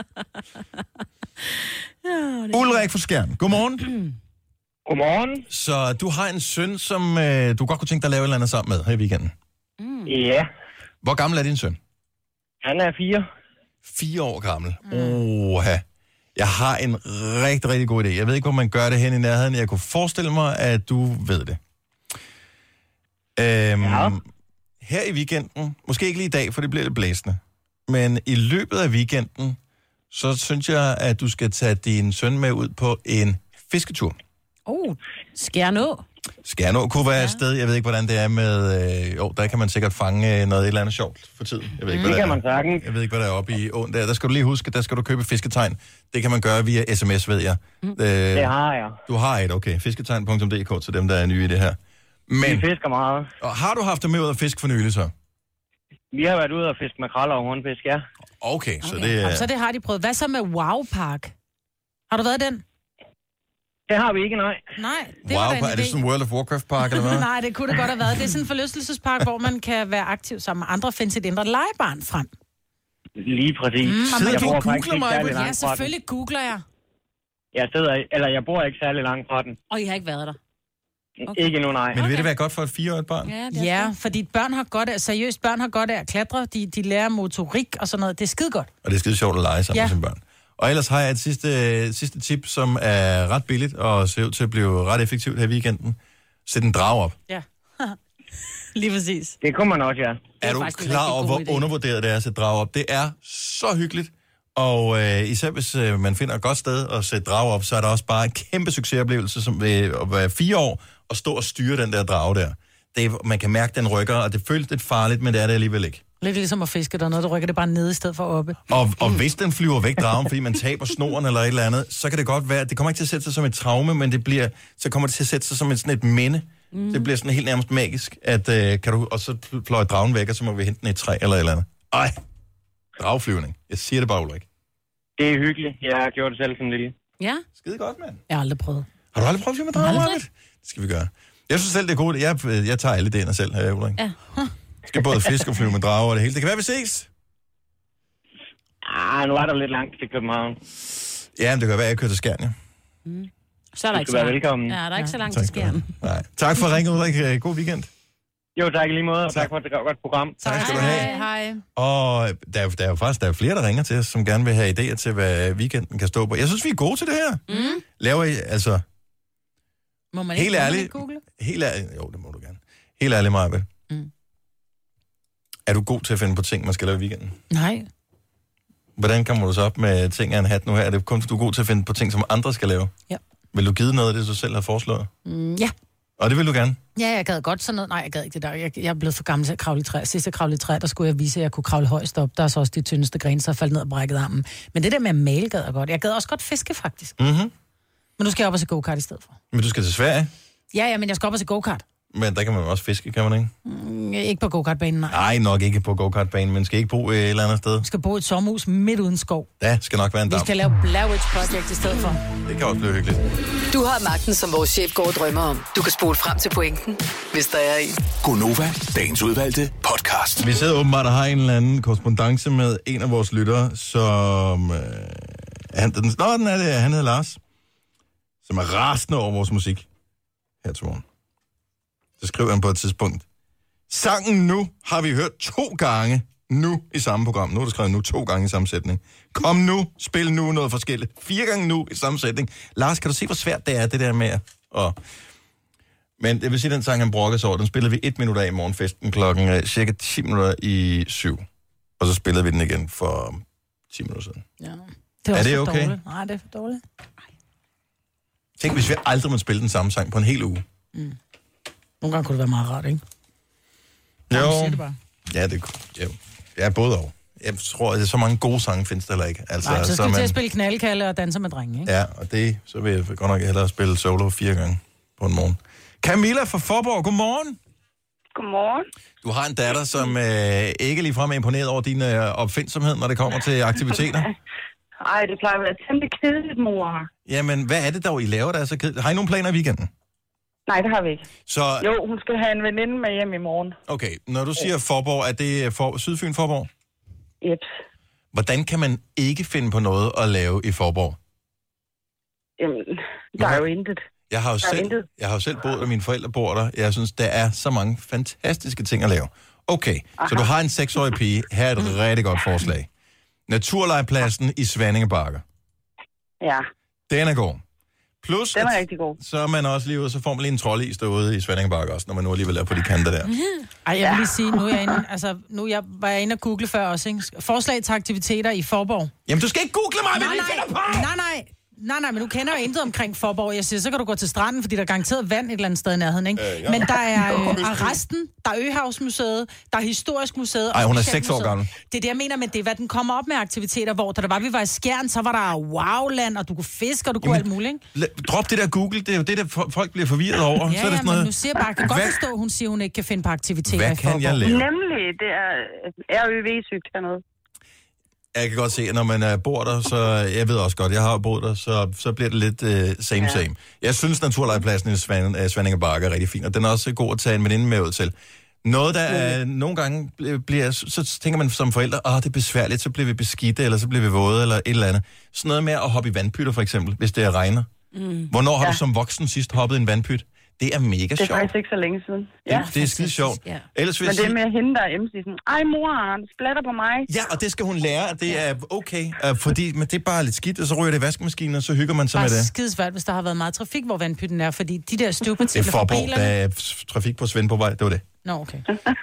Ulrik fra Skjern, godmorgen. Godmorgen. Så du har en søn, som du godt kunne tænke dig at lave et eller andet sammen med her i weekenden. Ja. Hvor gammel er din søn? Han er 4. 4 år gammel. Oha. Jeg har en rigtig, rigtig god idé. Jeg ved ikke, hvor man gør det hen i nærheden. Jeg kunne forestille mig, at du ved det. Her i weekenden, måske ikke lige i dag, for det bliver lidt blæsende, men i løbet af weekenden, så synes jeg, at du skal tage din søn med ud på en fisketur. Skjernå. Skærnå kunne være et sted. Jeg ved ikke, hvordan det er med... der kan man sikkert fange noget et eller andet sjovt for tiden. Jeg ved ikke, Det kan man sagtens. Jeg ved ikke, hvad der er oppe i åen der. Der skal du lige huske, der skal du købe fisketegn. Det kan man gøre via sms, ved jeg. Det har jeg. Du har et, okay. Fisketegn.dk til dem, der er nye i det her. Men, Vi fisker meget. Og har du haft dem med ud at fiske for nylig så? Vi har været ude og fiske makreller og hornfisk, ja. Okay, så det... Jamen, så det har de prøvet. Hvad så med Wow Park? Har du været i den? Det har vi ikke, nej. Nej, det var da en Er det idé. sådan World of Warcraft park, eller hvad? Nej, det kunne det godt have været. Det er sådan en forlystelsespark, hvor man kan være aktiv sammen med andre, finde sit indre legebarn frem. Lige præcis. Sidder Jeg du bor og faktisk googler ikke mig? særlig Ja, langt fra den. selvfølgelig googler jeg. Jeg bor ikke særlig langt fra den. Og I har ikke været der? Okay. Ikke endnu, nej. Men vil det være godt for et 4-årigt barn? Ja, fordi børn har godt af, seriøst børn har godt af at klatre. De lærer motorik og sådan noget. Det er skide godt. Og det er skide sjovt at lege sammen med sine børn. Og ellers har jeg et sidste tip, som er ret billigt og ser ud til at blive ret effektivt her i weekenden. Sæt en drag op. Ja, lige præcis. Det kunne man også, ja. Er du klar over, hvor undervurderet det er at sætte drag op? Det er så hyggeligt. Og især hvis man finder et godt sted at sætte drag op, så er der også bare en kæmpe succesoplevelse, som ved at være 4 år og stå og styre den der drag der. Man kan mærke, den rykker, og det føles lidt farligt, men det er det alligevel ikke. Lidt ligesom at fiske, der er noget, der rykker det bare ned i stedet for oppe. Og hvis den flyver væk dragen, fordi man taber snoren eller et eller andet, så kan det godt være, det kommer ikke til at sætte sig som et traume, men så kommer det til at sætte sig som sådan et minde. Det bliver sådan helt nærmest magisk, at og så fløj dragen væk, og så må vi hente den i et træ eller et eller andet. Ej, dragflyvning. Jeg siger det bare, Ulrik. Det er hyggeligt. Jeg har gjort det selv som lille. Ja. Skide godt, mand. Jeg har aldrig prøvet. Har du aldrig prøvet at flyve med dragen? Det skal vi gøre. Jeg synes selv, det er godt. Jeg tager alle idéerne selv, Ulrik. Ja. Skal både fiske og flyve med drager og det hele. Det kan være, vi ses. Nu er der lidt langt til København. Ja, men det kan være, at jeg kører til Skjern, ja. Så er der ikke så langt. Ja, der er ikke så langt til Skjern. Nej. Tak for at ringe, Ulrik. God weekend. Jo, tak i lige måde, og tak for et godt program. Tak skal du have. Hej. Og der er flere, der ringer til os, som gerne vil have idéer til, hvad weekenden kan stå på. Jeg synes, vi er gode til det her. Laver I, altså... Må man helt ikke ærligt, google? Helt ærligt, jo, det må du gerne. Helt ærligt, Maja. Er du god til at finde på ting, man skal lave i weekenden? Nej. Hvordan kommer du så op med ting af en hat nu her? Er det kun, du er god til at finde på ting, som andre skal lave? Ja. Vil du give noget af det, du selv har foreslået? Ja. Og det vil du gerne? Ja, jeg gad godt sådan noget. Nej, jeg gad ikke det der. Jeg er blevet for gammel til at kravle i træ. Sidst jeg kravlede i træ, der skulle jeg vise, at jeg kunne kravle højst op. Der er så også de tyndeste grene, så jeg faldt ned og brækket armen. Men det der med at male gad jeg godt. Jeg gad også godt fiske, faktisk. Mm-hmm. Men nu skal jeg op og se go-kart i stedet for. Men du skal til Sverige? Ja, men jeg skal op og se go-kart. Men der kan man også fiske, kan man ikke? Ikke på go-kartbanen, nej. Nej, nok ikke på go-kartbanen, men skal ikke bo et eller andet sted? Vi skal bo i et sommerhus midt uden skov. Ja, skal nok være en dam. Vi skal lave Blair Witch Project i stedet for. Det kan også blive hyggeligt. Du har magten, som vores chef går og drømmer om. Du kan spole frem til pointen, hvis der er en. Gonova, dagens udvalgte podcast. Vi sidder åbenbart og har en eller anden korrespondance med en af vores lyttere, som... han hedder Lars, som er rasende over vores musik her til morgen. Så skriver han på et tidspunkt: sangen Nu har vi hørt 2 gange nu i samme program. Nu er der skrevet nu 2 gange i samme sætning. Kom nu, spil nu noget forskelligt. 4 gange nu i samme sætning. Lars, kan du se, hvor svært det er, det der med at... Men det vil sige, den sang, han brokker sig over, den spillede vi 1 minut af i morgenfesten klokken cirka 10 minutter i 7. Og så spillede vi den igen for 10 minutter siden. Ja. Er det okay? Dårligt. Nej, det er for dårligt. Tænk, hvis vi aldrig måtte spille den samme sang på en hel uge. Nogle gange kunne det være meget rart, ikke? Jo. Ja, både og. Jeg tror, at så mange gode sange findes der heller ikke. Altså, nej, så skal vi til at spille knaldkalde og danse med drenge, ikke? Ja, og så vil jeg godt nok hellere spille solo 4 gange på en morgen. Camilla fra Forborg, godmorgen. Godmorgen. Du har en datter, som ikke ligefrem er imponeret over din opfindsomhed, når det kommer til aktiviteter. Ej, det plejer at være temmelig kedeligt, mor. Jamen, hvad er det dog, I laver, der er så kedeligt? Har I nogle planer i weekenden? Nej, det har vi ikke. Så... Jo, hun skal have en veninde med hjem i morgen. Okay, når du siger Forborg, er det Sydfyn Forborg? Yep. Hvordan kan man ikke finde på noget at lave i Forborg? Jamen, der er jo intet. Jeg har jo selv boet, og mine forældre bor der. Jeg synes, der er så mange fantastiske ting at lave. Okay, så du har en 6-årig pige. Her er et rigtig godt forslag. Naturlegepladsen i Svanninge Bakker. Ja. Den er god. Plus, den er rigtig god. Så er man også lige ude, så får man lige en troldis derude i Svanninge Bakker også, når man nu alligevel er på de kanter der. Ej, jeg vil lige sige, var jeg inde og google før også, ikke? Forslag til aktiviteter i Forborg. Jamen, du skal ikke google mig, hvad vi finder på! Nej. Nej, men du kender jo intet omkring Faaborg. Jeg siger, så kan du gå til stranden, fordi der er garanteret vand et eller andet sted i nærheden, ikke? Ja. Men der er Arresten, der er Øhavsmuseet, der er Historisk Museet. Ej, hun er 6 år gammel. Det er det, jeg mener, men det er, hvad den kommer op med aktiviteter, hvor da vi var i Skjern, så var der Wowland, og du kunne fiske, og du kunne alt muligt, ikke? Drop det der Google, det er jo det, der folk bliver forvirret over. Ja, så er det sådan noget... men nu siger jeg bare, jeg kan godt forstå, hun siger, hun ikke kan finde på aktiviteter. Hvad kan jeg lave? Nemlig, det er RØV-sygt hernede. Jeg kan godt se, at når man bor der, så jeg ved også godt, jeg har boet der, så bliver det lidt same. Jeg synes, naturlejepladsen i Svanninge Bakke er rigtig fin, og den er også god at tage en veninde med ud til. Noget, der nogle gange bliver, så tænker man som forældre, det er besværligt, så bliver vi beskidte, eller så bliver vi våde, eller et eller andet. Sådan noget med at hoppe i vandpytter, for eksempel, hvis det regner. Hvornår har du som voksen sidst hoppet i en vandpyt? Det er mega sjovt. Det er faktisk ikke så længe siden. Ja, det er skide sjovt. Ja. Ellers vil men det er med hende, der er MC. Ej, mor, det splatter på mig. Ja, og det skal hun lære, at det er okay. Fordi men det er bare lidt skidt, og så ryger det i vaskemaskinen, og så hygger man sig med det. Det er skidesvært, hvis der har været meget trafik, hvor vandpytten er, fordi de der støvpartikler fra bilerne... Det er Forborg, der er trafik på Svendborgvej, det var det. Nå, okay.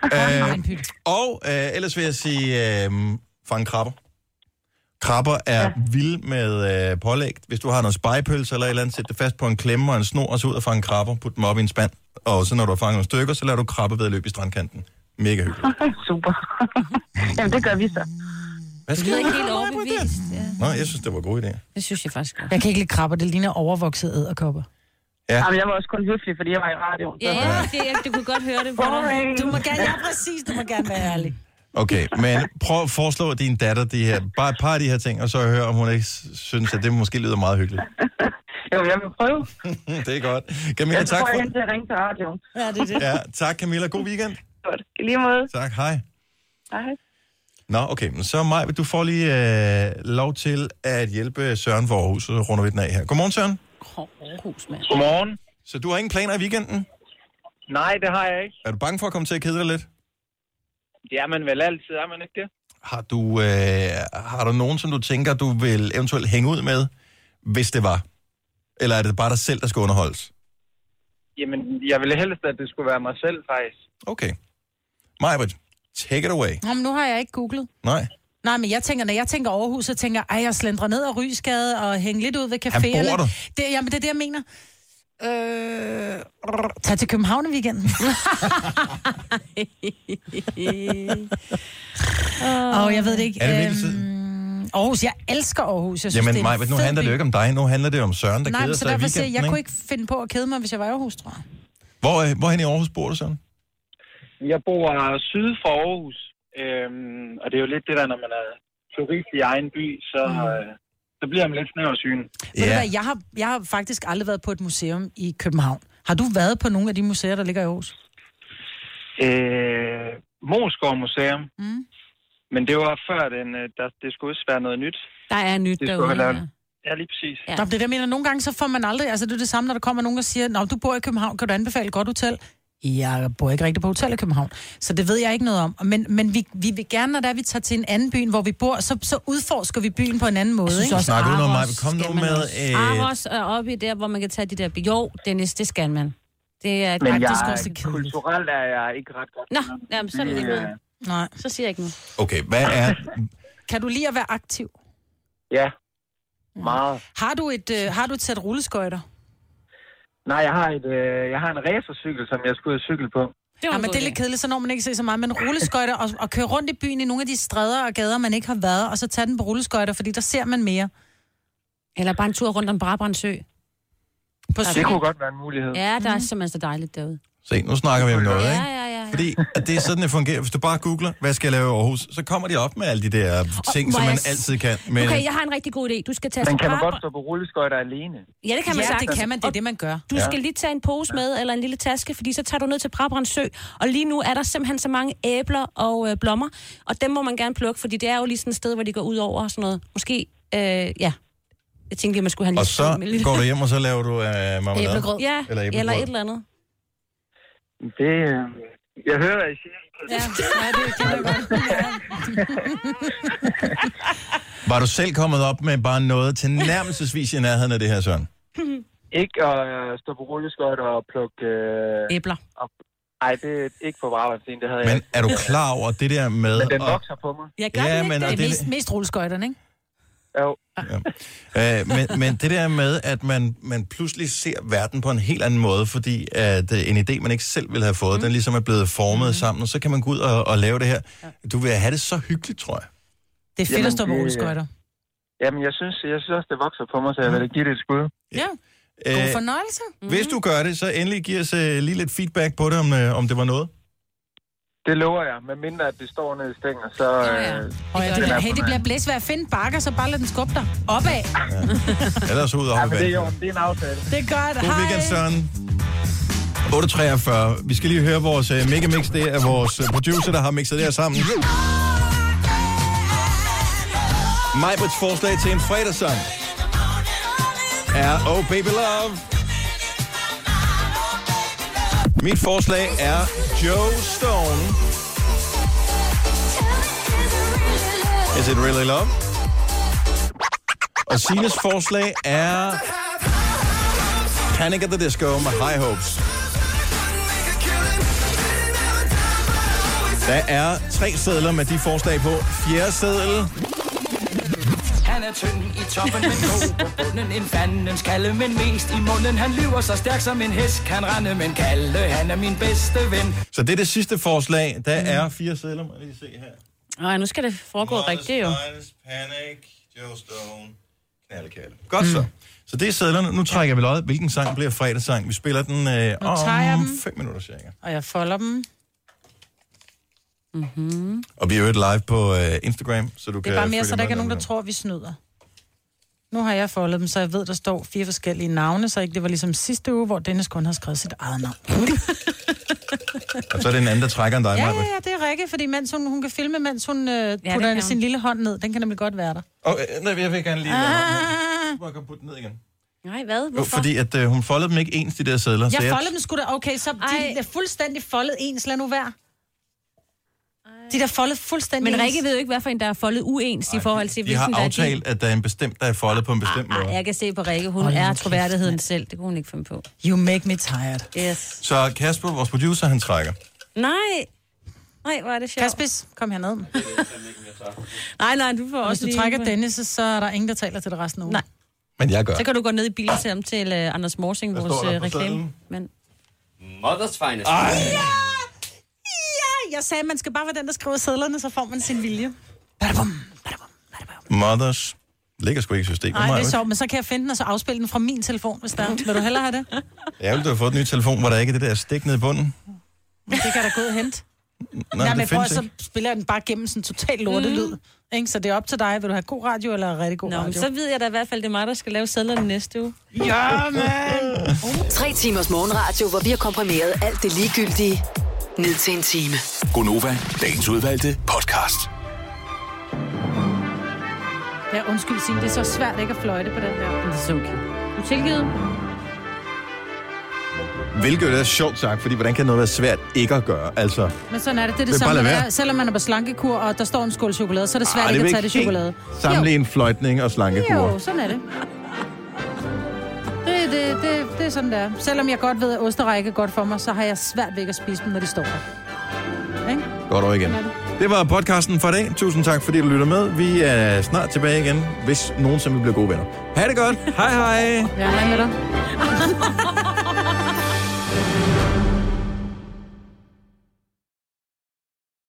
Og ellers vil jeg sige, fange krabber. Krabber er vilde med pålæg. Hvis du har noget spegepølse eller et eller andet, sæt det fast på en klemme og en snor, og så ud og fange krabber, put dem op i en spand. Og så når du har fanget nogle stykker, så lader du krabbevedløb i strandkanten. Mega hyggeligt. Super. Jamen, det gør vi så. Hvad skal jeg ikke helt overbevist? Ja. Nå, jeg synes, det var en god idé. Det synes jeg faktisk godt. Jeg kan ikke lide krabber, det ligner overvoksede edderkopper. Ja. Jamen, jeg var også kun høflig, fordi jeg var i radioen. Ja, du kunne godt høre det på dig. Du må gerne, du må gerne være ærlig. Okay, men prøv at foreslå din datter bare et par af de her ting, og så hør, om hun ikke synes, at det måske lyder meget hyggeligt. Jo, jeg vil prøve. Det er godt. Camilla, tak for... Jeg tror, jeg ringe til radioen. Ja, det er det. Ja, tak Camilla. God weekend. Godt. I lige måde. Tak, hej. Hej. Nå, okay, men så Maj, du får lige lov til at hjælpe Søren for Aarhus, så runder vi den af her. Godmorgen, Søren. Aarhus, mand. Godmorgen. Så du har ingen planer i weekenden? Nej, det har jeg ikke. Er du bange for at komme til at kede dig lidt? Det er man vel altid, er man ikke det? Har du nogen, som du tænker, du vil eventuelt hænge ud med, hvis det var? Eller er det bare dig selv, der skal underholdes? Jamen, jeg ville helst, at det skulle være mig selv, faktisk. Okay. Majbrit, take it away. Jamen, nu har jeg ikke googlet. Nej, men når jeg tænker Aarhus, så tænker jeg slendrer ned ad Rysgade og hænge lidt ud ved caféerne. Han bor der. Jamen, det er det, jeg mener. Tag til København i weekenden. Jeg ved det ikke. Er det virkelig tid? Aarhus, jeg elsker Aarhus. Jeg synes, jamen, Majbrit, nu handler det jo ikke om dig. Nu handler det om Søren, der keder sig i weekenden. Jeg kunne ikke finde på at kede mig, hvis jeg var i Aarhus, tror jeg. Hvorhen i Aarhus bor du, Søren? Jeg bor syd for Aarhus. Og det er jo lidt det der, når man er turist i egen by, så bliver man lidt snæversyn. Ja. Jeg har faktisk aldrig været på et museum i København. Har du været på nogle af de museer, der ligger i Aarhus? Moesgaard Museum. Men det var før, det skulle også være noget nyt. Der er nyt derude, Ja, lige præcis. Ja. Det der mener, nogle gange så får man aldrig... Altså, det er det samme, når der kommer nogen og siger, nå, du bor i København, kan du anbefale et godt hotel? Jeg bor ikke rigtig på hotel i København, så det ved jeg ikke noget om. Men vi vil gerne, når vi tager til en anden by, hvor vi bor, så udforsker vi byen på en anden måde. Ikke? Snak ud om mig. Kom nu med... Aros er oppe i der, hvor man kan tage de der... Jo, Dennis, det skal man. Det er men kulturelt er jeg ikke ret godt. Nå, jamen, så er det ikke noget. Nej, så siger jeg ikke noget. Okay, hvad er... Kan du lide at være aktiv? Ja, meget. Har du et sæt rulleskøjter? Nej, jeg har en racercykel, som jeg skulle cykle på. Men det er lidt kedeligt, så når man ikke ser så meget. Men rulleskøjter og køre rundt i byen i nogle af de stræder og gader, man ikke har været, og så tage den på rulleskøjter, fordi der ser man mere. Eller bare en tur rundt om Brabrandsø. Det kunne godt være en mulighed. Ja, der er simpelthen så dejligt derude. Se, nu snakker vi om noget, ikke? Ja. Fordi det er sådan, det fungerer. Hvis du bare googler, hvad skal jeg lave i Aarhus, så kommer de op med alle de der ting, som man altid kan. Men... Okay, jeg har en rigtig god idé. Du skal tage... Men kan man godt stå på rulleskøjter alene? Ja, det kan man sagtens. det kan man. Det er det, man gør. Du skal lige tage en pose med, eller en lille taske, fordi så tager du ned til Brabrandsø. Og lige nu er der simpelthen så mange æbler og blommer, og dem må man gerne plukke, fordi det er jo lige sådan et sted, hvor de går ud over og sådan noget. Måske, ja... Jeg tænkte, at man skulle have en og så går du hjem, og så laver du marmelade? Æblegrød. Ja, eller et eller andet. Det... Jeg hører, hvad I siger. Ja, det kan jeg godt. Var du selv kommet op med bare noget til nærmelsesvis i nærheden af det her, Søren? Ikke at stå på rulleskøjter og plukke... æbler. Nej, det er ikke på Brabrandsøen, det havde jeg. Men er du klar over det der med... Men den vokser på mig. Jeg gør det ikke. Det er mest rulleskøjterne, ikke? Jo. Ja. Men det der med, at man pludselig ser verden på en helt anden måde, fordi at en idé, man ikke selv ville have fået, den ligesom er blevet formet sammen, og så kan man gå ud og lave det her. Du vil have det så hyggeligt, tror jeg. Det er fedt at stå på rulleskøjter. Jamen, jeg synes også, det vokser på mig, så jeg vil give det et skud. Ja. God fornøjelse. Hvis du gør det, så endelig giv os lige lidt feedback på det, om det var noget. Det lover jeg, med mindre at det står nede i stænger, så... Det bliver blæsvær. Find bakker, så bare lad den skubbe dig opad. Ja. Ellers ud over det er jo, det er en aftale. Det er godt. God weekend, Søren. 8.43. Vi skal lige høre vores megamix. Det er vores producer, der har mixet det her sammen. Majbrits forslag til en fredagssang er Oh Baby Love. Mit forslag er Joe Stone. Is it really love? Og Sines forslag er Panic at the Disco med High Hopes. Der er 3 sedler med de forslag på. 4. seddel. Han er tynd i toppen, men god på bunden. En fandens kalde, men mest i munden. Han lyver så stærk som en hest, kan rende, men Kalle, han er min bedste ven. Så det er det sidste forslag. Der er 4 sedler, må jeg lige se her. Nej, nu skal det foregå rigtigt, jo. Panic, Joe Stone, Knaldekalle. Godt så. Så det er sedlerne. Nu trækker vi løjet. Hvilken sang bliver fredagssang? Vi spiller den om 5 minutter cirka. Og jeg folder dem. Mm-hmm. Og vi er jo live på Instagram, så du kan... Det er bare mere, så der ikke er nogen, der tror, vi snyder. Nu har jeg foldet dem, så jeg ved, der står 4 forskellige navne, så ikke det var ligesom sidste uge, hvor Dennis kun har skrevet sit eget navn. Og så er det en anden, der trækker end dig, Ja, det er Rikke, fordi mens hun kan filme, mens hun putter sin lille hånd ned. Den kan nemlig godt være der. Nej, jeg vil gerne lige lade hånden. Hvor kan putte den ned igen? Nej, hvad? Hvorfor? Jo, fordi at hun foldede dem ikke ens, de der sedler. Jeg foldede dem sgu da. Okay, så de er fuldstændig foldet ens. Lad nu være. De der foldet fuldstændig Men Rikke ved jo ikke, hvad for en, der er foldet uens i forhold til, Vi har aftalt, at der er en bestemt, der er foldet på en bestemt måde. Jeg kan se på Rikke, hun er troværdigheden selv. Det kunne hun ikke finde på. You make me tired. Yes. Så Kasper, vores producer, han trækker. Nej, hvor er det sjovt. Kaspis, kom herned. Nej, du får også hvis du trækker Dennis, så er der ingen, der taler til det resten af ugen. Nej. Men jeg gør. Så kan du gå ned i bilen til Anders Morsing, vores reklame. Men... Mother's finest. Jeg sagde, at man skal bare være den, der skriver sedlerne, så får man sin vilje. Mothers. Ligger sgu ikke i systemet. Nej, det er sjovt, men så kan jeg finde den, og så afspille den fra min telefon, hvis der er. Vil du hellere have det? Jeg vil du have fået en ny telefon, hvor der ikke er det der stik nede i bunden. Det kan da gå ud og hente. Nej, men prøv, så spiller jeg den bare gennem sådan total lortelyd. Ikke? Så det er op til dig. Vil du have god radio eller rigtig god radio? Så ved jeg da i hvert fald, det er mig, der skal lave sedlerne næste uge. Ja, man! 3 timers morgenradio, hvor vi har komprimeret alt det ligegyldige ned til en time. Gonova, dagens udvalgte podcast. Ja, undskyld, Signe, det er så svært ikke at fløjte på den der. Det er så okay. Du tilgivet? Hvilket er sjovt sagt, fordi hvordan kan noget være svært ikke at gøre? Altså, men sådan er det. Det er det samme, er, selvom man er på slankekur, og der står en skål chokolade, så er det svært ikke at tage det chokolade. Sammenligne fløjtning og slankekur. Jo, sådan er det. Det er sådan, der. Selvom jeg godt ved, at osterække er godt for mig, så har jeg svært ved at spise dem, når de står der. Ikke? Godt over igen. Det var podcasten for i dag. Tusind tak, fordi du lytter med. Vi er snart tilbage igen, hvis nogen som vi bliver gode venner. Ha' det godt. Hej hej. Ja, hej med dig.